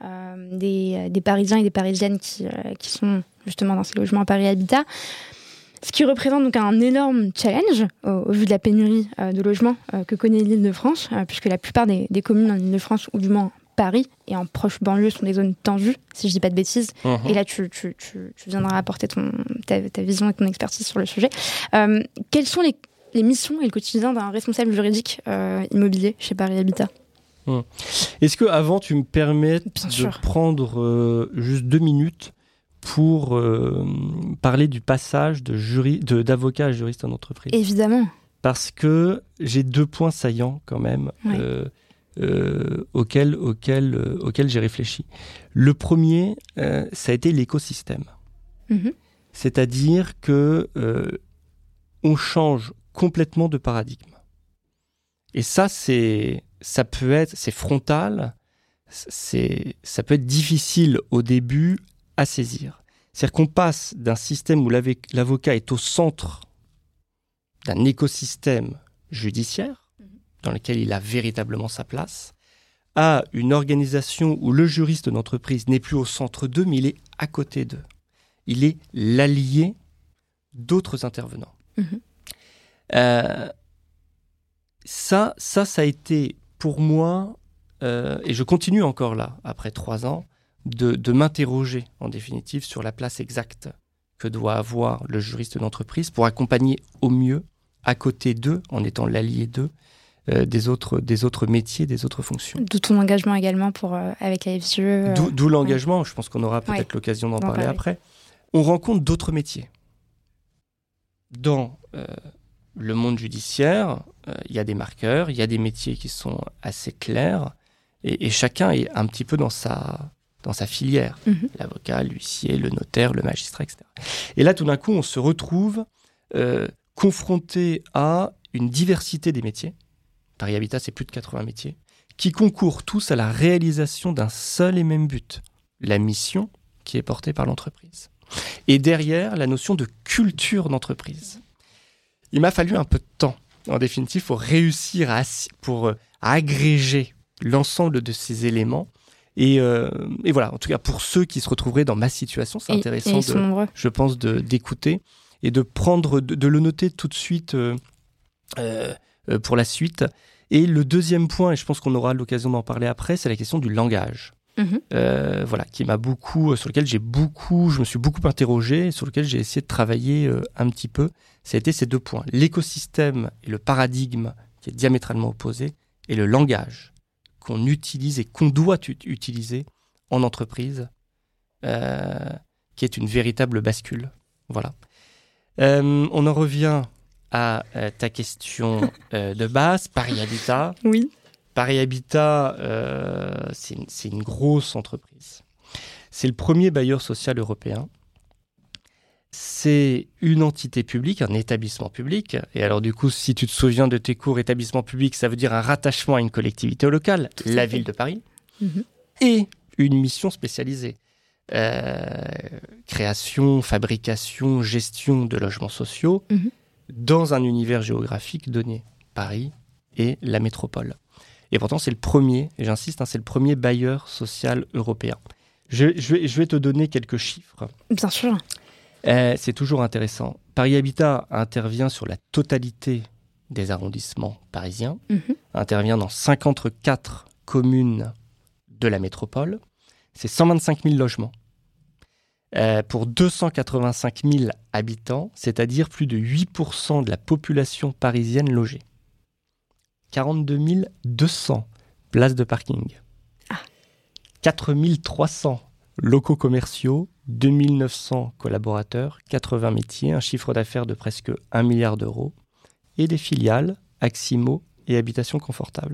des Parisiens et des Parisiennes qui sont justement dans ces logements à Paris Habitat. Ce qui représente donc un énorme challenge au vu de la pénurie de logements que connaît l'Île-de-France, puisque la plupart des communes en Île-de-France, ou du moins Paris et en proche banlieue, sont des zones tendues, si je dis pas de bêtises. Et là, tu viendras apporter ta vision et ton expertise sur le sujet. Quelles sont les missions et le quotidien d'un responsable juridique immobilier chez Paris Habitat ? Est-ce que avant tu me permets de prendre juste 2 minutes pour parler du passage d'avocat à juriste en entreprise ? Évidemment. Parce que j'ai 2 points saillants quand même auxquels j'ai réfléchi. Le premier, ça a été l'écosystème. C'est-à-dire que on change complètement de paradigme. Et ça, c'est frontal, ça peut être difficile au début à saisir. C'est-à-dire qu'on passe d'un système où l'avocat est au centre d'un écosystème judiciaire, dans lequel il a véritablement sa place, à une organisation où le juriste d'entreprise n'est plus au centre d'eux, mais il est à côté d'eux. Il est l'allié d'autres intervenants. Ça a été pour moi, et je continue encore là, après 3 ans, de m'interroger en définitive sur la place exacte que doit avoir le juriste d'entreprise pour accompagner au mieux, à côté d'eux, en étant l'allié d'eux, des autres métiers, des autres fonctions. D'où ton engagement également avec la FGE. D'où l'engagement, je pense qu'on aura peut-être l'occasion d'en parler après. On rencontre d'autres métiers. Dans le monde judiciaire, il y a des marqueurs, il y a des métiers qui sont assez clairs, et chacun est un petit peu dans sa filière. L'avocat, l'huissier, le notaire, le magistrat, etc. Et là, tout d'un coup, on se retrouve confronté à une diversité des métiers. Paris Habitat, c'est plus de 80 métiers, qui concourent tous à la réalisation d'un seul et même but, la mission qui est portée par l'entreprise. Et derrière, la notion de culture d'entreprise. Il m'a fallu un peu de temps, en définitive, pour réussir à agréger l'ensemble de ces éléments. Et voilà, en tout cas, pour ceux qui se retrouveraient dans ma situation, c'est intéressant, je pense, d'écouter et de le noter tout de suite pour la suite. Et le deuxième point, et je pense qu'on aura l'occasion d'en parler après, c'est la question du langage. Qui m'a beaucoup, sur lequel je me suis beaucoup interrogé, sur lequel j'ai essayé de travailler un petit peu. Ça a été ces deux points, l'écosystème et le paradigme qui est diamétralement opposé, et le langage qu'on utilise et qu'on doit utiliser en entreprise, qui est une véritable bascule. Voilà. On en revient à ta question de base, Paris Habitat. Oui. Paris Habitat, c'est une grosse entreprise. C'est le premier bailleur social européen. C'est une entité publique, un établissement public. Et alors du coup, si tu te souviens de tes cours établissement public, ça veut dire un rattachement à une collectivité locale, la ville de Paris, et une mission spécialisée. Création, fabrication, gestion de logements sociaux dans un univers géographique donné, Paris et la métropole. Et pourtant, c'est le premier, et j'insiste, c'est le premier bailleur social européen. Je vais te donner quelques chiffres. Bien sûr. C'est toujours intéressant. Paris Habitat intervient sur la totalité des arrondissements parisiens, intervient dans 54 communes de la métropole. C'est 125 000 logements. Pour 285 000 habitants, c'est-à-dire plus de 8% de la population parisienne logée. 42 200 places de parking. 4 300 locaux commerciaux, 2 900 collaborateurs, 80 métiers, un chiffre d'affaires de presque 1 milliard d'euros et des filiales, Aximo et Habitation Confortable.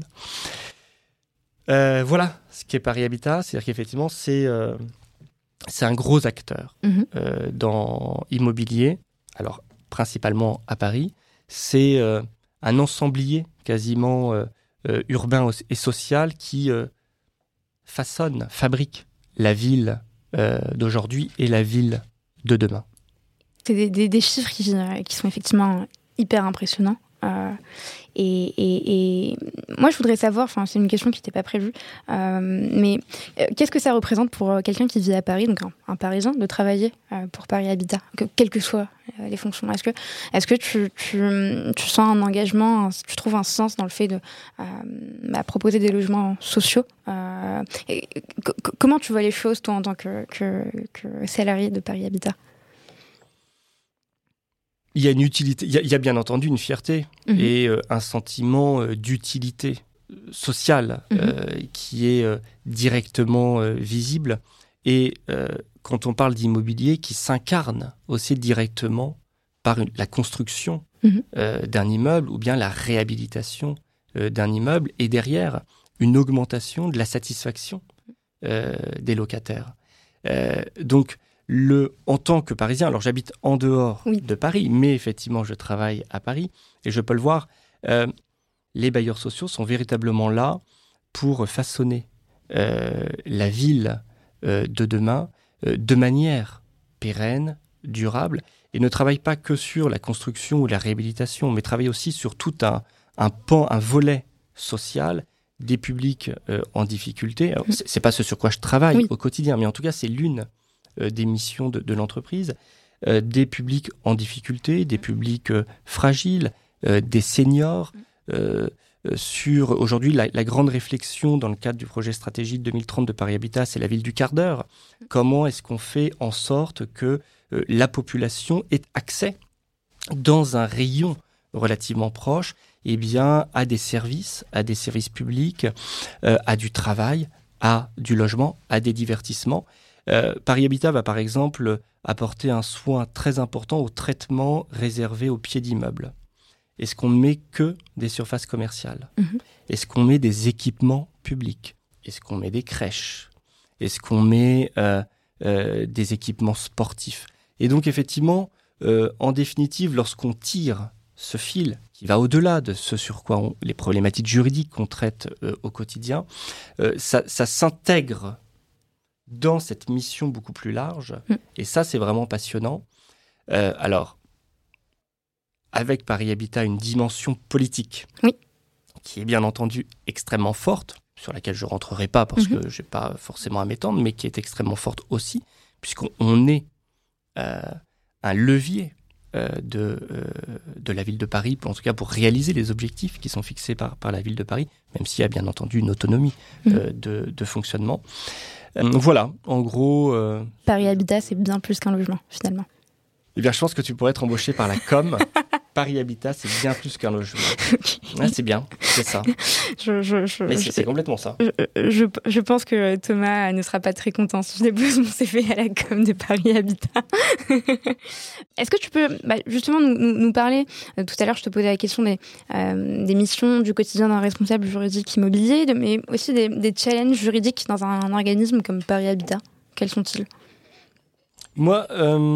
Voilà ce qu'est Paris Habitat, c'est-à-dire qu'effectivement c'est un gros acteur dans l'immobilier, alors principalement à Paris. C'est un ensemblier quasiment urbain et social qui fabrique la ville d'aujourd'hui et la ville de demain. C'est des chiffres qui sont effectivement hyper impressionnants. Et moi, je voudrais savoir, c'est une question qui n'était pas prévue, mais qu'est-ce que ça représente pour quelqu'un qui vit à Paris, donc un Parisien, de travailler pour Paris Habitat, quelles que soient les fonctions. Est-ce que tu sens un engagement, tu trouves un sens dans le fait de proposer des logements sociaux comment tu vois les choses, toi, en tant que salarié de Paris Habitat ? Il y a une utilité, il y a bien entendu une fierté et un sentiment d'utilité sociale qui est directement visible. Et quand on parle d'immobilier, qui s'incarne aussi directement par la construction d'un immeuble ou bien la réhabilitation d'un immeuble, et derrière une augmentation de la satisfaction des locataires. Donc, en tant que Parisien, alors j'habite en dehors de Paris, mais effectivement je travaille à Paris, et je peux le voir, les bailleurs sociaux sont véritablement là pour façonner la ville de demain de manière pérenne, durable, et ne travaillent pas que sur la construction ou la réhabilitation, mais travaillent aussi sur tout un volet social des publics en difficulté. Alors, c'est pas ce sur quoi je travaille au quotidien, mais en tout cas c'est l'une des missions de l'entreprise, des publics en difficulté, des publics fragiles, des seniors. Sur aujourd'hui, la grande réflexion dans le cadre du projet stratégique 2030 de Paris Habitat, c'est la ville du quart d'heure. Comment est-ce qu'on fait en sorte que la population ait accès dans un rayon relativement proche à des services publics, à du travail, à du logement, à des divertissements. Paris Habitat va par exemple apporter un soin très important au traitement réservé aux pieds d'immeubles. Est-ce qu'on ne met que des surfaces commerciales ? Est-ce qu'on met des équipements publics ? Est-ce qu'on met des crèches ? Est-ce qu'on met des équipements sportifs ? Et donc effectivement, en définitive, lorsqu'on tire ce fil qui va au-delà de ce sur quoi les problématiques juridiques qu'on traite au quotidien, ça s'intègre dans cette mission beaucoup plus large. Et ça, c'est vraiment passionnant. Alors, avec Paris Habitat, une dimension politique qui est bien entendu extrêmement forte, sur laquelle je ne rentrerai pas parce que je n'ai pas forcément à m'étendre, mais qui est extrêmement forte aussi, puisqu'on est un levier de la ville de Paris, en tout cas pour réaliser les objectifs qui sont fixés par la ville de Paris, même s'il y a bien entendu une autonomie de fonctionnement. Voilà, en gros... Paris Habitat, c'est bien plus qu'un logement, finalement. Eh bien, je pense que tu pourrais être embauché par la com. Paris Habitat, c'est bien plus qu'un logement. Ouais, c'est bien, c'est ça. Mais c'est complètement ça. Je pense que Thomas ne sera pas très content si je dépose mon CV à la com de Paris Habitat. Est-ce que tu peux justement nous parler, tout à l'heure je te posais la question des missions du quotidien d'un responsable juridique immobilier, mais aussi des challenges juridiques dans un organisme comme Paris Habitat. Quels sont-ils ? Moi...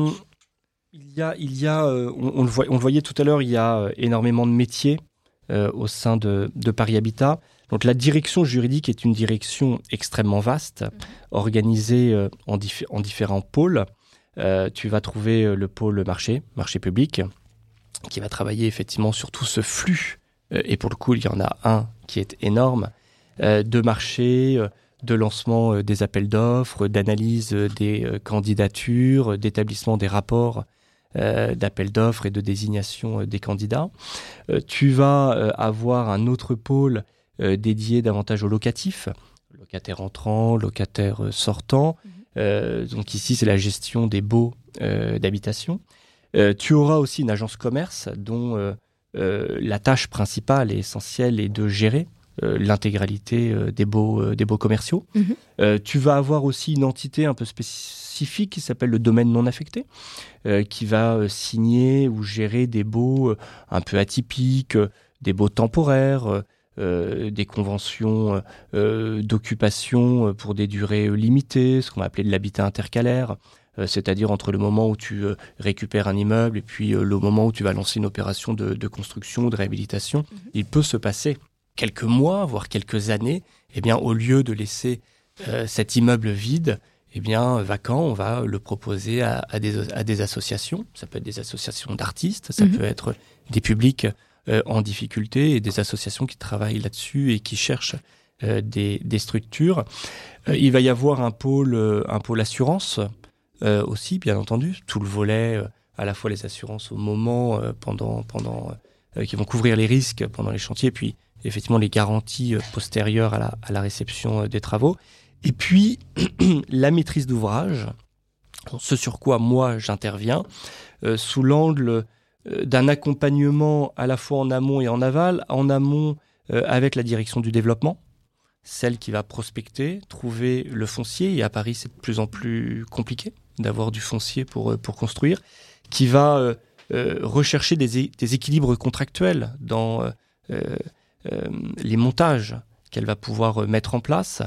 on le voyait tout à l'heure, il y a énormément de métiers au sein de Paris Habitat. Donc la direction juridique est une direction extrêmement vaste, organisée en différents pôles. Tu vas trouver le pôle marché public, qui va travailler effectivement sur tout ce flux. Et pour le coup, il y en a un qui est énorme, de marché, de lancement des appels d'offres, d'analyse des candidatures, d'établissement des rapports d'appel d'offres et de désignation des candidats. Tu vas avoir un autre pôle dédié davantage aux locatifs, locataires entrants, locataires sortants. Donc ici, c'est la gestion des baux d'habitation. Tu auras aussi une agence commerce dont la tâche principale et essentielle est de gérer l'intégralité des baux commerciaux. Tu vas avoir aussi une entité un peu spécifique qui s'appelle le domaine non affecté, qui va signer ou gérer des baux un peu atypiques, des baux temporaires, des conventions d'occupation pour des durées limitées, ce qu'on va appeler de l'habitat intercalaire, c'est-à-dire entre le moment où tu récupères un immeuble et puis le moment où tu vas lancer une opération de construction, de réhabilitation. Il peut se passer quelques mois, voire quelques années. Eh bien, au lieu de laisser cet immeuble vide, eh bien, vacant, on va le proposer à des associations. Ça peut être des associations d'artistes, ça peut être des publics en difficulté et des associations qui travaillent là-dessus et qui cherchent des structures. Il va y avoir un pôle assurance aussi, bien entendu. Tout le volet, à la fois les assurances au moment, pendant qui vont couvrir les risques pendant les chantiers, puis effectivement les garanties postérieures à la réception des travaux. Et puis, la maîtrise d'ouvrage, ce sur quoi moi j'interviens, sous l'angle d'un accompagnement à la fois en amont et en aval. En amont, avec la direction du développement, celle qui va prospecter, trouver le foncier, et à Paris c'est de plus en plus compliqué d'avoir du foncier pour construire, qui va rechercher des équilibres contractuels dans les montages qu'elle va pouvoir mettre en place,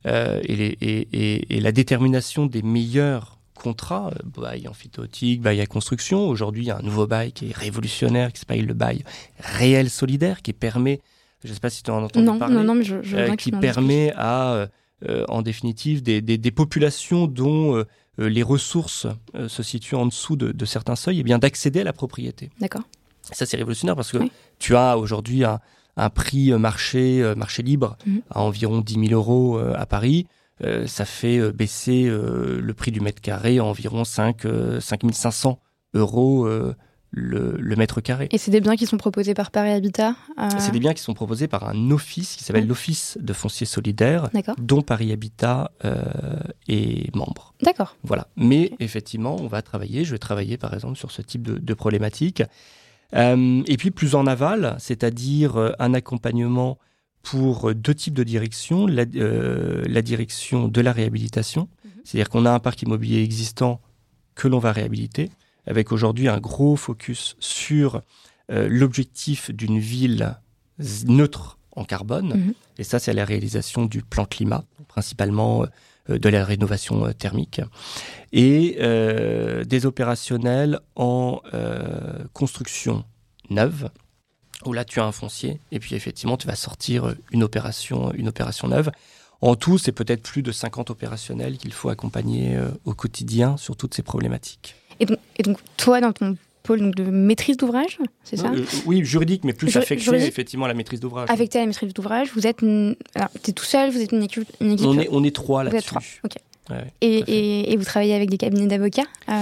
et la détermination des meilleurs contrats, bail amphithéotique, bail à construction. Aujourd'hui, il y a un nouveau bail qui est révolutionnaire, qui s'appelle le bail réel solidaire, qui permet, je ne sais pas si tu en as entendu parler, non, mais je qui permet à, en définitive, des populations dont les ressources se situent en dessous de certains seuils, et bien d'accéder à la propriété. D'accord. Ça, c'est révolutionnaire parce que tu as aujourd'hui un prix marché libre à environ 10 000 euros à Paris. Ça fait baisser le prix du mètre carré à environ 5 500 euros le mètre carré. Et c'est des biens qui sont proposés par Paris Habitat C'est des biens qui sont proposés par un office qui s'appelle l'Office de foncier solidaire, dont Paris Habitat est membre. D'accord. Voilà. Mais effectivement, je vais travailler par exemple sur ce type de problématique. Et puis plus en aval, c'est-à-dire un accompagnement pour deux types de directions. La direction de la réhabilitation, c'est-à-dire qu'on a un parc immobilier existant que l'on va réhabiliter, avec aujourd'hui un gros focus sur l'objectif d'une ville neutre en carbone. Et ça, c'est la réalisation du plan climat, principalement de la rénovation thermique, et des opérationnels en construction neuve, où là tu as un foncier, et puis effectivement tu vas sortir une opération neuve. En tout, c'est peut-être plus de 50 opérationnels qu'il faut accompagner au quotidien sur toutes ces problématiques. Et donc toi, dans ton pôle de maîtrise d'ouvrage, c'est ça ? Oui, juridique, mais plus affecté effectivement à la maîtrise d'ouvrage. Affecté à la maîtrise d'ouvrage, vous êtes... Alors, t'es tout seul, vous êtes une équipe... On est trois là-dessus. Vous êtes trois, ok. Ouais, Et vous travaillez avec des cabinets d'avocats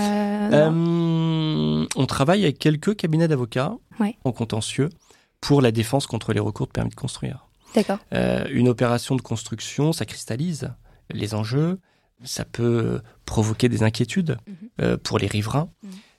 On travaille avec quelques cabinets d'avocats en contentieux pour la défense contre les recours de permis de construire. D'accord. Une opération de construction, ça cristallise les enjeux, ça peut provoquer des inquiétudes pour les riverains.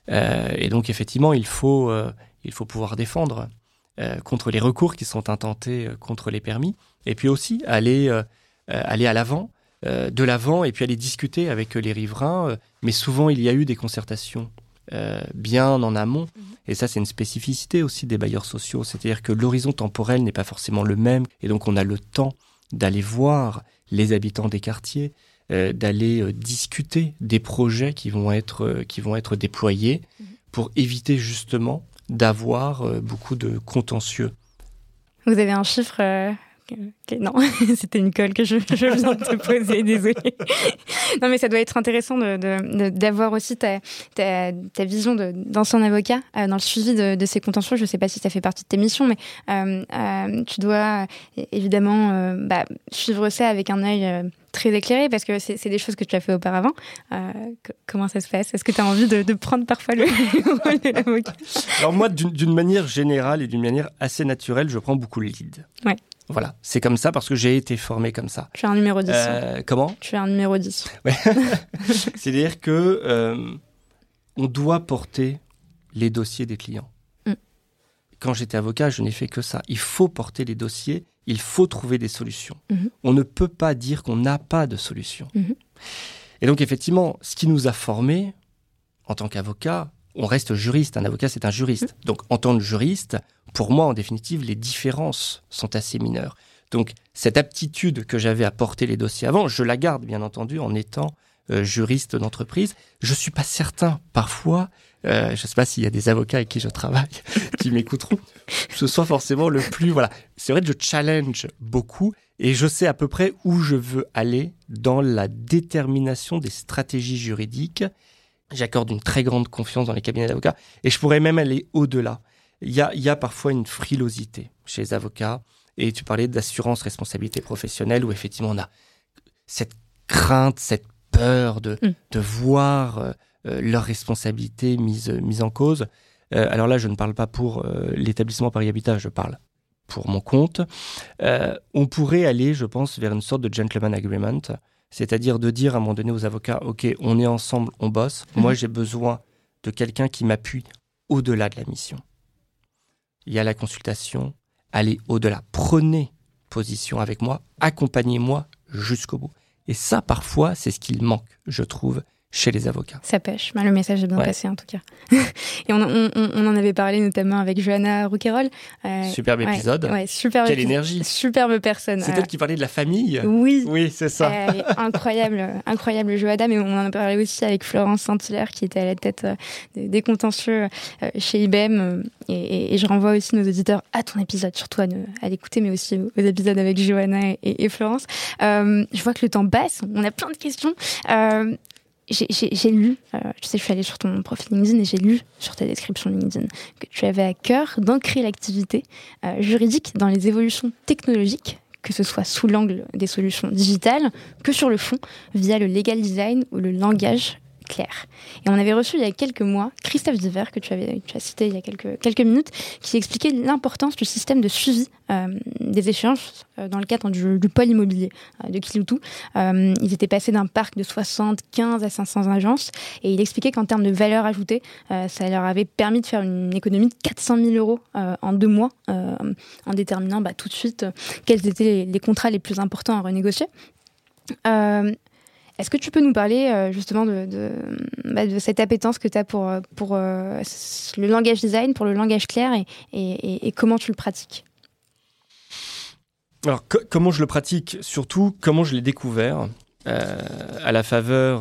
Et donc, effectivement, il faut pouvoir défendre contre les recours qui sont intentés contre les permis. Et puis aussi aller à l'avant, de l'avant, et puis aller discuter avec les riverains. Mais souvent, il y a eu des concertations bien en amont. Et ça, c'est une spécificité aussi des bailleurs sociaux. C'est-à-dire que l'horizon temporel n'est pas forcément le même. Et donc, on a le temps d'aller voir les habitants des quartiers, d'aller discuter des projets qui vont être déployés pour éviter justement d'avoir beaucoup de contentieux. Vous avez un chiffre non, c'était une colle que je viens de te poser, désolée. Non, mais ça doit être intéressant d'avoir aussi ta vision d'ancien avocat dans le suivi de ces contentieux. Je ne sais pas si ça fait partie de tes missions, mais tu dois évidemment suivre ça avec un œil très éclairé, parce que c'est des choses que tu as fait auparavant. Comment ça se passe ? Est-ce que tu as envie de prendre parfois le rôle de l'avocat ? Alors moi, d'une manière générale et d'une manière assez naturelle, je prends beaucoup le lead. Ouais. Voilà, c'est comme ça parce que j'ai été formé comme ça. Tu es un numéro 10. Comment ? Tu es un numéro 10. Ouais. C'est-à-dire que on doit porter les dossiers des clients. Quand j'étais avocat, je n'ai fait que ça. Il faut porter les dossiers, il faut trouver des solutions. On ne peut pas dire qu'on n'a pas de solution. Et donc effectivement, ce qui nous a formés en tant qu'avocat, on reste juriste. Un avocat, c'est un juriste. Donc, en tant que juriste, pour moi, en définitive, les différences sont assez mineures. Donc, cette aptitude que j'avais à porter les dossiers avant, je la garde, bien entendu, en étant juriste d'entreprise. Je ne suis pas certain, parfois, je ne sais pas s'il y a des avocats avec qui je travaille, qui m'écouteront, ce soit forcément le plus... Voilà. C'est vrai que je challenge beaucoup et je sais à peu près où je veux aller dans la détermination des stratégies juridiques. J'accorde une très grande confiance dans les cabinets d'avocats et je pourrais même aller au-delà. Il y a parfois une frilosité chez les avocats et tu parlais d'assurance responsabilité professionnelle où effectivement on a cette crainte, cette peur de voir leur responsabilité mise en cause. Alors là, je ne parle pas pour l'établissement Paris Habitat, je parle pour mon compte. On pourrait aller, je pense, vers une sorte de gentleman agreement. C'est-à-dire de dire à un moment donné aux avocats, OK, on est ensemble, on bosse. Moi, j'ai besoin de quelqu'un qui m'appuie au-delà de la mission. Il y a la consultation, allez au-delà. Prenez position avec moi, accompagnez-moi jusqu'au bout. Et ça, parfois, c'est ce qu'il manque, je trouve, chez les avocats. Ça pêche. Le message est bien passé, en tout cas. Et on en avait parlé notamment avec Johanna Rouquayrol. Superbe épisode. Ouais, superbe. Quelle énergie. Superbe personne. C'est elle qui parlait de la famille. Oui, c'est ça. Incroyable Johanna, mais on en a parlé aussi avec Florence Saint-Hilaire, qui était à la tête des contentieux chez IBM. Et je renvoie aussi nos auditeurs à ton épisode, surtout à l'écouter, mais aussi aux épisodes avec Johanna et Florence. Je vois que le temps passe. On a plein de questions. J'ai lu, je suis allée sur ton profil LinkedIn et j'ai lu sur ta description LinkedIn que tu avais à cœur d'ancrer l'activité juridique dans les évolutions technologiques, que ce soit sous l'angle des solutions digitales que sur le fond via le legal design ou le langage clair. Et on avait reçu il y a quelques mois Christophe Diver, que tu as cité il y a quelques minutes, qui expliquait l'importance du système de suivi des échéances dans le cadre du pôle immobilier de Kiloutou. Ils étaient passés d'un parc de 75 à 500 agences et il expliquait qu'en termes de valeur ajoutée, ça leur avait permis de faire une économie de 400 000 euros en 2 mois, en déterminant tout de suite quels étaient les contrats les plus importants à renégocier. Est-ce que tu peux nous parler justement de cette appétence que tu as pour le langage design, pour le langage clair et comment tu le pratiques ? Alors, comment je le pratique ? Surtout, comment je l'ai découvert à la faveur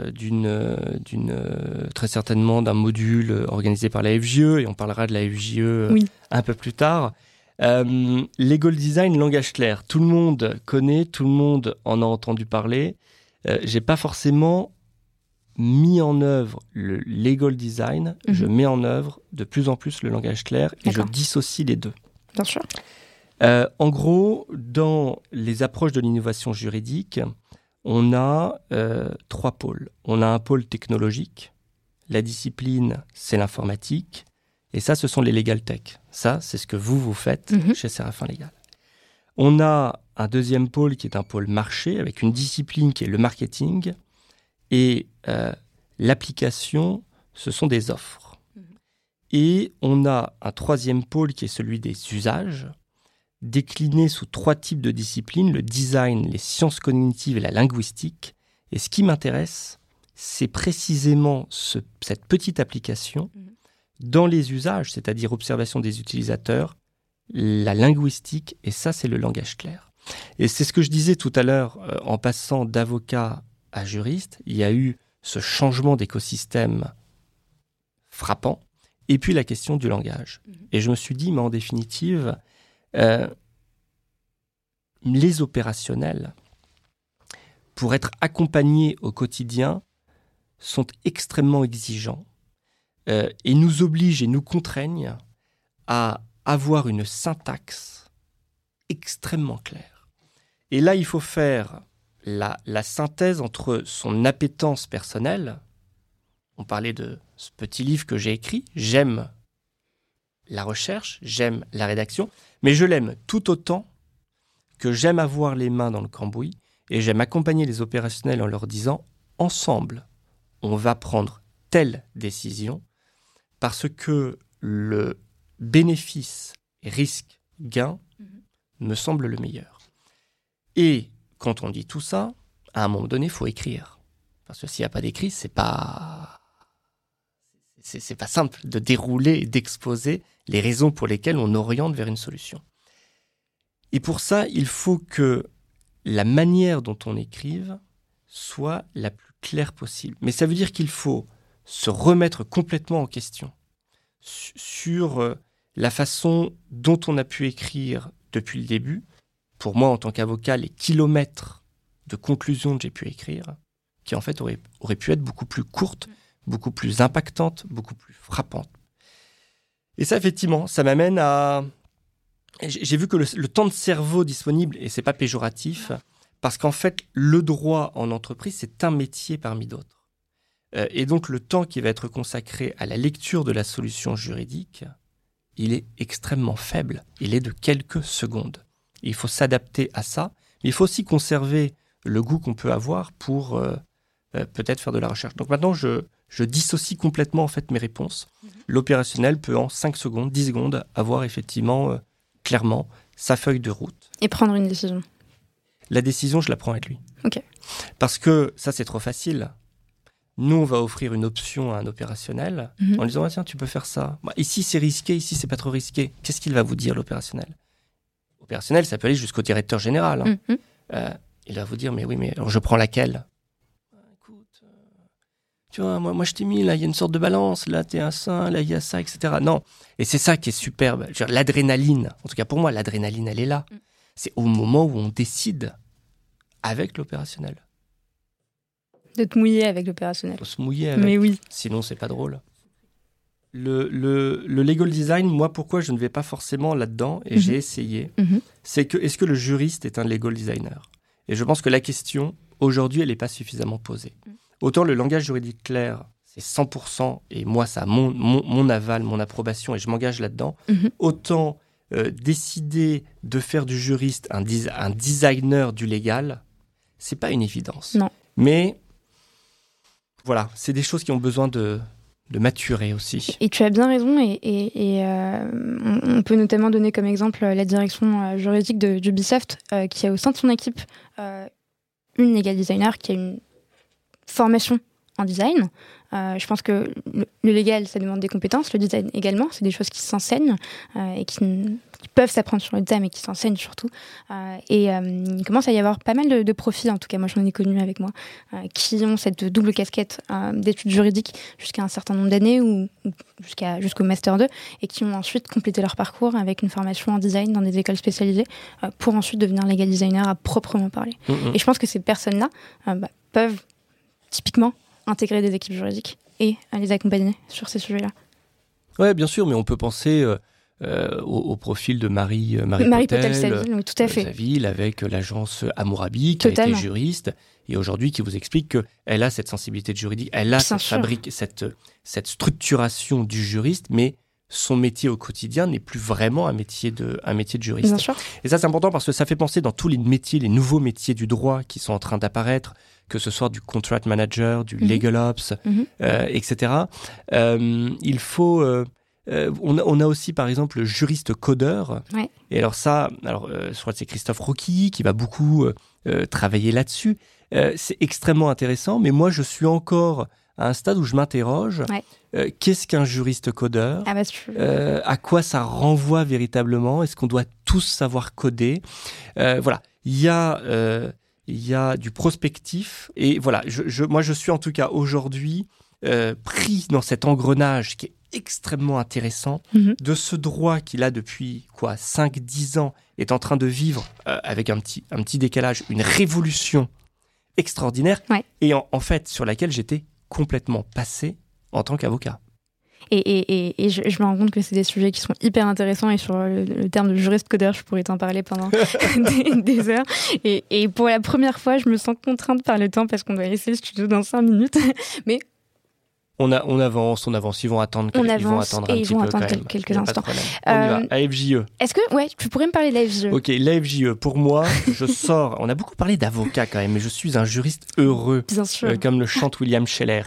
très certainement d'un module organisé par la FJE, et on parlera de la FJE un peu plus tard. Legal design, langage clair. Tout le monde connaît, tout le monde en a entendu parler. J'ai pas forcément mis en œuvre le legal design, je mets en œuvre de plus en plus le langage clair et je dissocie les deux. Bien sûr. En gros, dans les approches de l'innovation juridique, on a 3 pôles. On a un pôle technologique. La discipline, c'est l'informatique. Et ça, ce sont les legal tech. Ça, c'est ce que vous faites chez Séraphin Légal. On a un deuxième pôle qui est un pôle marché, avec une discipline qui est le marketing. Et l'application, ce sont des offres. Et on a un troisième pôle qui est celui des usages, décliné sous 3 types de disciplines, le design, les sciences cognitives et la linguistique. Et ce qui m'intéresse, c'est précisément cette petite application dans les usages, c'est-à-dire observation des utilisateurs, la linguistique, et ça, c'est le langage clair. Et c'est ce que je disais tout à l'heure, en passant d'avocat à juriste, il y a eu ce changement d'écosystème frappant, et puis la question du langage. Et je me suis dit, mais en définitive, les opérationnels, pour être accompagnés au quotidien, sont extrêmement exigeants et nous obligent et nous contraignent à avoir une syntaxe extrêmement claire. Et là, il faut faire la synthèse entre son appétence personnelle. On parlait de ce petit livre que j'ai écrit. J'aime la recherche, j'aime la rédaction, mais je l'aime tout autant que j'aime avoir les mains dans le cambouis et j'aime accompagner les opérationnels en leur disant « Ensemble, on va prendre telle décision parce que le bénéfice, risque, gain me semble le meilleur. » Et quand on dit tout ça, à un moment donné, il faut écrire. Parce que s'il n'y a pas d'écrit, c'est pas simple de dérouler et d'exposer les raisons pour lesquelles on oriente vers une solution. Et pour ça, il faut que la manière dont on écrive soit la plus claire possible. Mais ça veut dire qu'il faut se remettre complètement en question sur la façon dont on a pu écrire depuis le début. Pour moi, en tant qu'avocat, les kilomètres de conclusions que j'ai pu écrire, qui en fait auraient pu être beaucoup plus courtes, beaucoup plus impactantes, beaucoup plus frappantes. Et ça, effectivement, ça m'amène à... J'ai vu que le temps de cerveau disponible, et c'est pas péjoratif, parce qu'en fait, le droit en entreprise, c'est un métier parmi d'autres. Et donc, le temps qui va être consacré à la lecture de la solution juridique, il est extrêmement faible. Il est de quelques secondes. Et il faut s'adapter à ça, mais il faut aussi conserver le goût qu'on peut avoir pour peut-être faire de la recherche. Donc maintenant, je dissocie complètement en fait mes réponses. L'opérationnel peut en 5 secondes, 10 secondes, avoir effectivement... clairement, sa feuille de route. Et prendre une décision. La décision, je la prends avec lui. Ok. Parce que ça, c'est trop facile. Nous, on va offrir une option à un opérationnel en lui disant ah, « Tiens, tu peux faire ça. Bah, ici, c'est risqué, ici, c'est pas trop risqué. » Qu'est-ce qu'il va vous dire, l'opérationnel ? Opérationnel, ça peut aller jusqu'au directeur général. Il va vous dire « Mais oui, mais alors je prends laquelle ?» Écoute, tu vois, moi, je t'ai mis, là, il y a une sorte de balance. Là, t'es un ça, là, il y a ça, etc. Non. Et c'est ça qui est superbe. L'adrénaline, en tout cas pour moi, l'adrénaline, elle est là. C'est au moment où on décide avec l'opérationnel. De te mouiller avec l'opérationnel. Faut se mouiller avec. Mais oui. Sinon, c'est pas drôle. Le legal design, moi, pourquoi je ne vais pas forcément là-dedans, et j'ai essayé, c'est que est-ce que le juriste est un legal designer ? Et je pense que la question, aujourd'hui, elle n'est pas suffisamment posée. Autant le langage juridique clair, c'est 100%, et moi, ça a mon aval, mon approbation, et je m'engage là-dedans. Autant décider de faire du juriste un designer du légal, c'est pas une évidence. Non. Mais voilà, c'est des choses qui ont besoin de maturer aussi. Et tu as bien raison, et on peut notamment donner comme exemple la direction juridique d'Ubisoft, qui a au sein de son équipe une legal designer qui a une formation en design. Je pense que le légal, ça demande des compétences, le design également, c'est des choses qui s'enseignent et qui peuvent s'apprendre sur le tas, mais qui s'enseignent surtout. Il commence à y avoir pas mal de profils, en tout cas moi j'en ai connu avec moi, qui ont cette double casquette d'études juridiques jusqu'à un certain nombre d'années ou jusqu'au Master 2 et qui ont ensuite complété leur parcours avec une formation en design dans des écoles spécialisées pour ensuite devenir legal designer à proprement parler. Et je pense que ces personnes-là peuvent typiquement intégrer des équipes juridiques et à les accompagner sur ces sujets-là. Oui, bien sûr, mais on peut penser au profil de Marie Potel, oui, tout à fait. Saville, avec l'agence Hammurabi, qui Totalement. a été juriste et aujourd'hui qui vous explique qu'elle a cette sensibilité juridique, elle a cette structuration du juriste, mais son métier au quotidien n'est plus vraiment un métier de juriste. Bien sûr. Et ça, c'est important parce que ça fait penser dans tous les métiers, les nouveaux métiers du droit qui sont en train d'apparaître, que ce soit du contract manager, du legal ops, etc. Il faut... on a aussi, par exemple, le juriste codeur. Ouais. Et alors ça, je crois que c'est Christophe Roquilly qui va beaucoup travailler là-dessus. C'est extrêmement intéressant, mais moi, je suis encore à un stade où je m'interroge. Ouais. Qu'est-ce qu'un juriste codeur ? À quoi ça renvoie véritablement ? Est-ce qu'on doit tous savoir coder ? Voilà, il y a du prospectif. Et voilà, moi, je suis en tout cas aujourd'hui pris dans cet engrenage qui est extrêmement intéressant de ce droit qu'il a depuis 5-10 ans est en train de vivre avec un petit décalage, une révolution extraordinaire et en fait sur laquelle j'étais complètement passé en tant qu'avocat. Et je me rends compte que c'est des sujets qui sont hyper intéressants et sur le terme de juriste codeur, je pourrais t'en parler pendant des heures. Et pour la première fois, je me sens contrainte par le temps parce qu'on doit laisser le studio dans 5 minutes. Mais on avance, ils vont attendre quelques instants. On y va, AFJE. Est-ce que, tu pourrais me parler de l'AFJE ? Ok, l'AFJE, pour moi, on a beaucoup parlé d'avocat quand même, mais je suis un juriste heureux. Bien sûr. Comme le chante William Scheller.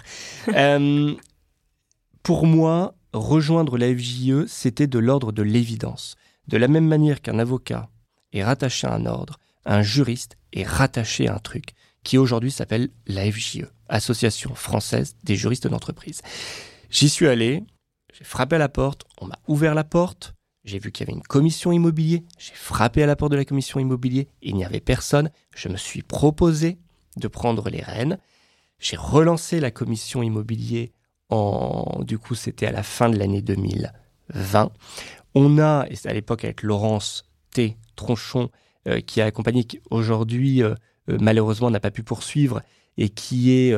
Pour moi, rejoindre l'AFJE, c'était de l'ordre de l'évidence. De la même manière qu'un avocat est rattaché à un ordre, un juriste est rattaché à un truc qui aujourd'hui s'appelle l'AFJE, Association française des juristes d'entreprise. J'y suis allé, j'ai frappé à la porte, on m'a ouvert la porte, j'ai vu qu'il y avait une commission immobilier, j'ai frappé à la porte de la commission immobilier, il n'y avait personne, je me suis proposé de prendre les rênes, j'ai relancé la commission immobilier du coup c'était à la fin de l'année 2020. On a, et c'est à l'époque avec Laurence T. Tronchon, qui a accompagné, qui aujourd'hui malheureusement n'a pas pu poursuivre et qui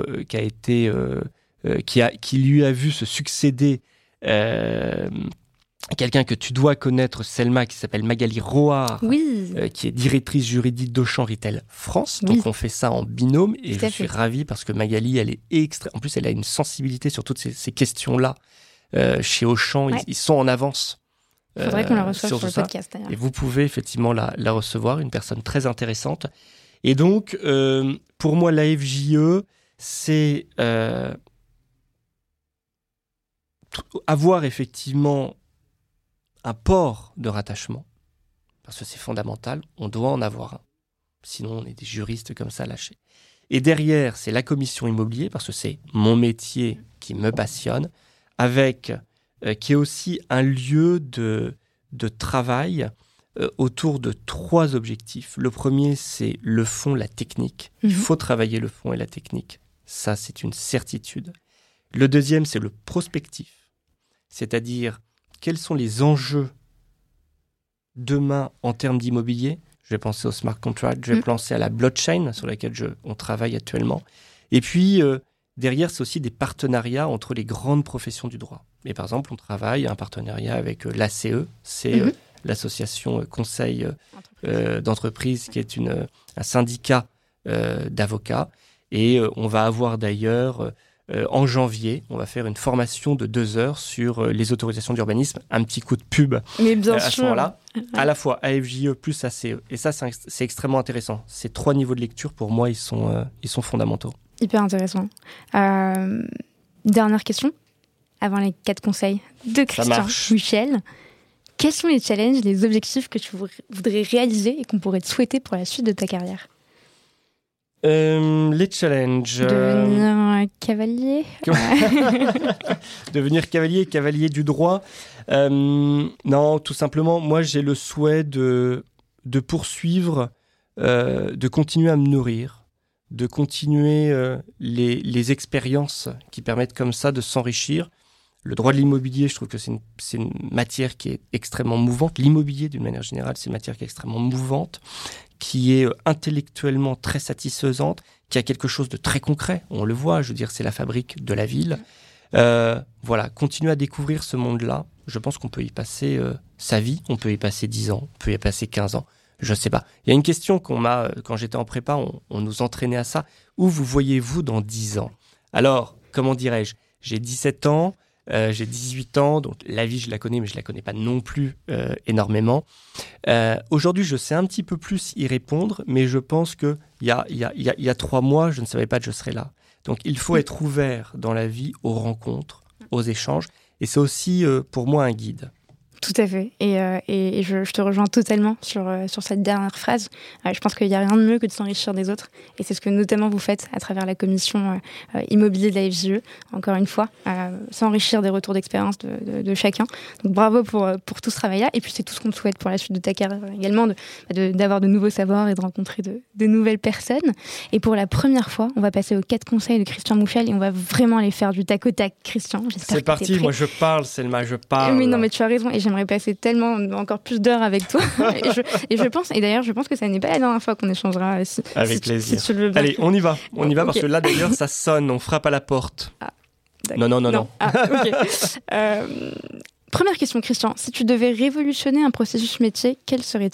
lui a vu se succéder quelqu'un que tu dois connaître, Selma, qui s'appelle Magali Roard, qui est directrice juridique d'Auchan Retail France. Donc on fait ça en binôme et je suis ravi parce que Magali, elle est en plus elle a une sensibilité sur toutes ces questions-là. Chez Auchan, ils sont en avance. Il faudrait qu'on la reçoive sur le podcast. Et vous pouvez effectivement la recevoir, une personne très intéressante. Et donc, pour moi, l'AFJE, c'est avoir effectivement un port de rattachement, parce que c'est fondamental, on doit en avoir un. Sinon, on est des juristes comme ça lâchés. Et derrière, c'est la commission immobilier, parce que c'est mon métier qui me passionne, qui est aussi un lieu de travail autour de 3 objectifs. Le premier, c'est le fond, la technique. Il faut travailler le fond et la technique. Ça, c'est une certitude. Le deuxième, c'est le prospectif. C'est-à-dire, quels sont les enjeux demain en termes d'immobilier ? Je vais penser au smart contract, je vais penser à la blockchain sur laquelle on travaille actuellement. Et puis, derrière, c'est aussi des partenariats entre les grandes professions du droit. Et par exemple, on travaille un partenariat avec l'ACE, c'est l'association conseil d'entreprise, qui est un syndicat d'avocats. Et on va avoir d'ailleurs, en janvier, on va faire une formation de 2 heures sur les autorisations d'urbanisme. Un petit coup de pub à ce moment-là. À la fois AFJE plus ACE. Et ça, c'est extrêmement intéressant. Ces 3 niveaux de lecture, pour moi, ils sont fondamentaux. Hyper intéressant. Dernière question, avant les 4 conseils de Christian Michel. Quels sont les challenges, les objectifs que tu voudrais réaliser et qu'on pourrait te souhaiter pour la suite de ta carrière ? Les challenges... Devenir cavalier. Devenir cavalier du droit. Non, tout simplement, moi j'ai le souhait de poursuivre, de continuer à me nourrir, de continuer les expériences qui permettent comme ça de s'enrichir. Le droit de l'immobilier, je trouve que c'est une matière qui est extrêmement mouvante. L'immobilier, d'une manière générale, c'est une matière qui est extrêmement mouvante, qui est intellectuellement très satisfaisante, qui a quelque chose de très concret. On le voit, je veux dire, c'est la fabrique de la ville. Voilà, continuer à découvrir ce monde-là. Je pense qu'on peut y passer sa vie, on peut y passer 10 ans, on peut y passer 15 ans. Je sais pas. Il y a une question qu'on m'a, quand j'étais en prépa, on nous entraînait à ça. Où vous voyez-vous dans 10 ans? Alors, comment dirais-je? J'ai 17 ans, j'ai 18 ans, donc la vie, je la connais, mais je la connais pas non plus énormément. Aujourd'hui, je sais un petit peu plus y répondre, mais je pense qu'il y a 3 mois, je ne savais pas que je serais là. Donc, il faut être ouvert dans la vie aux rencontres, aux échanges, et c'est aussi, pour moi, un guide. Tout à fait. Et je te rejoins totalement sur cette dernière phrase. Je pense qu'il n'y a rien de mieux que de s'enrichir des autres. Et c'est ce que notamment vous faites à travers la commission immobilier de la FJE. Encore une fois, s'enrichir des retours d'expérience de chacun. Donc bravo pour tout ce travail-là. Et puis c'est tout ce qu'on te souhaite pour la suite de ta carrière également, d'avoir de nouveaux savoirs et de rencontrer de nouvelles personnes. Et pour la première fois, on va passer aux 4 conseils de Christian Mouchel et on va vraiment aller faire du tac au tac. Christian, j'espère c'est parti, moi je parle, Selma, je parle. Oui, non, mais tu as raison. Et j'aimerais passer tellement, encore plus d'heures avec toi. et d'ailleurs, je pense que ça n'est pas la dernière fois qu'on échangera. Avec plaisir. Si tu le veux bien. Allez, on y va. On y va Okay. parce que là, d'ailleurs, ça sonne. On frappe à la porte. Ah, d'accord. Non. Ah, ok. Première question, Christian. Si tu devais révolutionner un processus métier, quel serait-il ?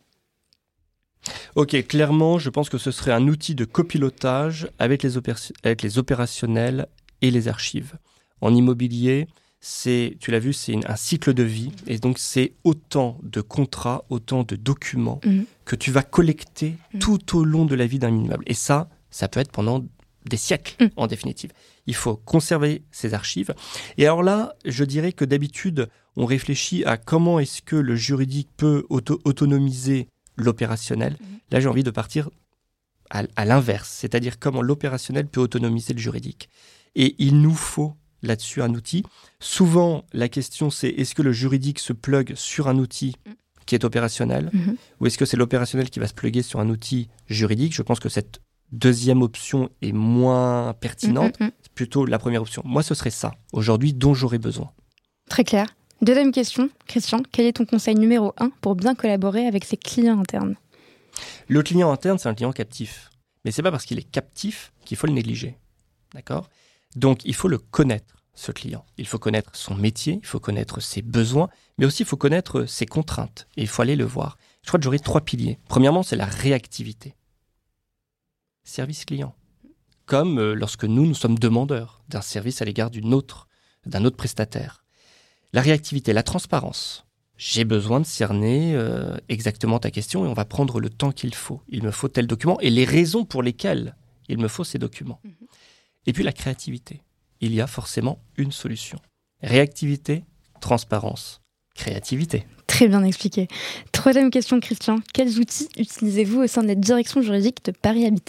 Ok, clairement, je pense que ce serait un outil de copilotage avec les opérationnels et les archives. En immobilier, tu l'as vu, c'est un cycle de vie. Et donc, c'est autant de contrats, autant de documents que tu vas collecter tout au long de la vie d'un immeuble. Et ça peut être pendant des siècles, en définitive. Il faut conserver ces archives. Et alors là, je dirais que d'habitude, on réfléchit à comment est-ce que le juridique peut autonomiser l'opérationnel. Là, j'ai envie de partir à l'inverse, c'est-à-dire comment l'opérationnel peut autonomiser le juridique. Et il nous faut là-dessus un outil. Souvent, la question, c'est est-ce que le juridique se plug sur un outil qui est opérationnel ou est-ce que c'est l'opérationnel qui va se plugger sur un outil juridique? Je pense que cette deuxième option est moins pertinente. C'est plutôt la première option. Moi, ce serait ça, aujourd'hui, dont j'aurais besoin. Très clair. Deuxième question, Christian. Quel est ton conseil numéro 1 pour bien collaborer avec ses clients internes? Le client interne, c'est un client captif. Mais c'est pas parce qu'il est captif qu'il faut le négliger. D'accord ? Donc, il faut le connaître, ce client. Il faut connaître son métier, il faut connaître ses besoins, mais aussi il faut connaître ses contraintes. Et il faut aller le voir. Je crois que j'aurais 3 piliers. Premièrement, c'est la réactivité. Service client. Comme lorsque nous sommes demandeurs d'un service à l'égard d'un autre prestataire. La réactivité, la transparence. J'ai besoin de cerner exactement ta question et on va prendre le temps qu'il faut. Il me faut tel document et les raisons pour lesquelles il me faut ces documents. Et puis la créativité. Il y a forcément une solution. Réactivité, transparence, créativité. Très bien expliqué. Troisième question, Christian. Quels outils utilisez-vous au sein de la direction juridique de Paris Habitat ?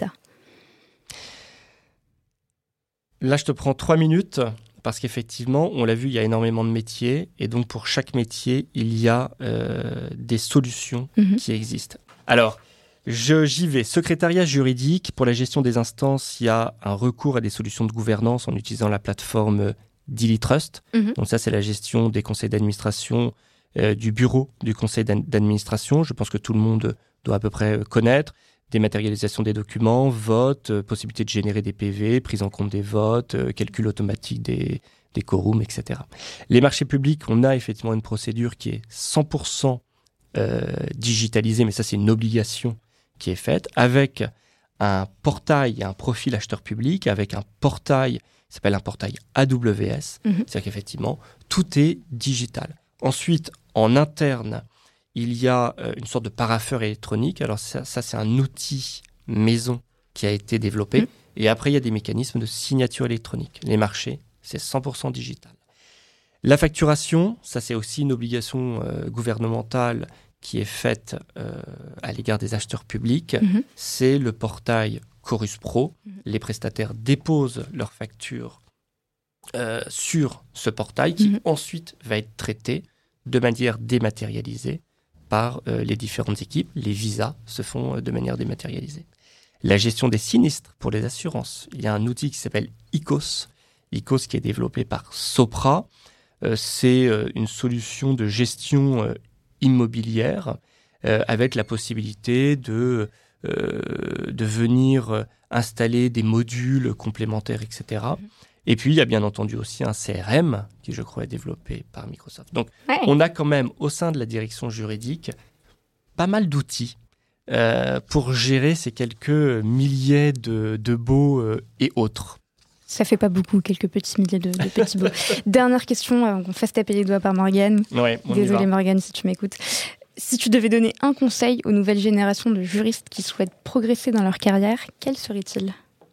Là, je te prends 3 minutes parce qu'effectivement, on l'a vu, il y a énormément de métiers et donc pour chaque métier, il y a des solutions qui existent. Alors, j'y vais. Secrétariat juridique, pour la gestion des instances, il y a un recours à des solutions de gouvernance en utilisant la plateforme Dilitrust. Donc ça, c'est la gestion des conseils d'administration, du bureau du conseil d'administration. Je pense que tout le monde doit à peu près connaître. Dématérialisation des documents, vote, possibilité de générer des PV, prise en compte des votes, calcul automatique des quorums, etc. Les marchés publics, on a effectivement une procédure qui est 100% digitalisée, mais ça, c'est une obligation qui est faite, avec un portail, un profil acheteur public, avec un portail qui s'appelle un portail AWS. C'est-à-dire qu'effectivement, tout est digital. Ensuite, en interne, il y a une sorte de parapheur électronique. Alors ça c'est un outil maison qui a été développé. Et après, il y a des mécanismes de signature électronique. Les marchés, c'est 100% digital. La facturation, ça c'est aussi une obligation gouvernementale qui est faite à l'égard des acheteurs publics. C'est le portail Chorus Pro. Les prestataires déposent leurs factures sur ce portail qui ensuite va être traité de manière dématérialisée par les différentes équipes. Les visas se font de manière dématérialisée. La gestion des sinistres pour les assurances. Il y a un outil qui s'appelle ICOS. ICOS qui est développé par Sopra. C'est une solution de gestion immobilière avec la possibilité de venir installer des modules complémentaires, etc. Et puis, il y a bien entendu aussi un CRM qui, je crois, est développé par Microsoft. Donc, on a quand même, au sein de la direction juridique, pas mal d'outils pour gérer ces quelques milliers de baux et autres. Ça fait pas beaucoup, quelques petits milliers de petits baux. Dernière question, avant qu'on fasse taper les doigts par Morgane. Ouais, Désolée Morgane si tu m'écoutes. Si tu devais donner un conseil aux nouvelles générations de juristes qui souhaitent progresser dans leur carrière, quel serait-il ?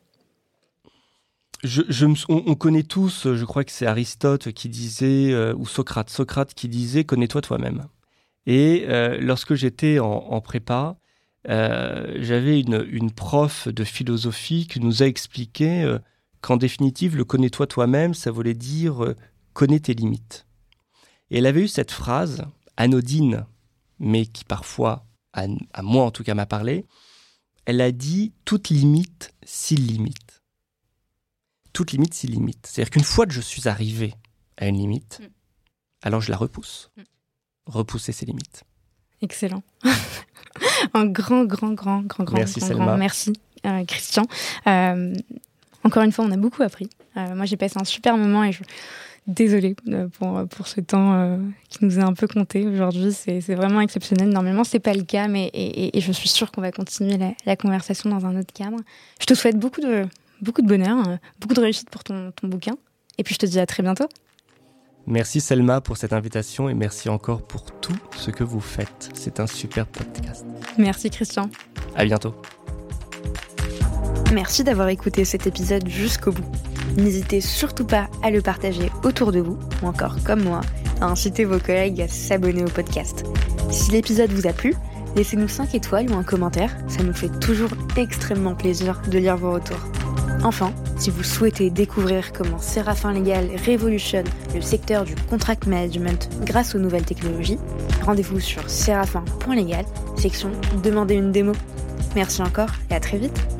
On connaît tous, je crois que c'est Aristote qui disait, ou Socrate qui disait « connais-toi toi-même ». Et lorsque j'étais en prépa, j'avais une prof de philosophie qui nous a expliqué qu'en définitive, le « connais-toi toi-même », ça voulait dire « connais tes limites ». Et elle avait eu cette phrase anodine, mais qui parfois, à moi en tout cas, m'a parlé. Elle a dit « toute limite, s'il limite ». Toute limite, s'il limite. C'est-à-dire qu'une fois que je suis arrivé à une limite, alors je la repousse. Repousser ses limites. Excellent. Un grand merci, Selma. Merci, Christian. Encore une fois, on a beaucoup appris. Moi, j'ai passé un super moment et désolée pour ce temps qui nous est un peu compté aujourd'hui. C'est vraiment exceptionnel. Normalement, c'est pas le cas, mais et je suis sûre qu'on va continuer la conversation dans un autre cadre. Je te souhaite beaucoup de bonheur, beaucoup de réussite pour ton bouquin. Et puis, je te dis à très bientôt. Merci Selma pour cette invitation et merci encore pour tout ce que vous faites. C'est un super podcast. Merci Christian. À bientôt. Merci d'avoir écouté cet épisode jusqu'au bout. N'hésitez surtout pas à le partager autour de vous, ou encore comme moi, à inciter vos collègues à s'abonner au podcast. Si l'épisode vous a plu, laissez-nous 5 étoiles ou un commentaire, ça nous fait toujours extrêmement plaisir de lire vos retours. Enfin, si vous souhaitez découvrir comment Séraphin Légal révolutionne le secteur du contract management grâce aux nouvelles technologies, rendez-vous sur séraphin.légal, section « Demandez une démo ». Merci encore et à très vite.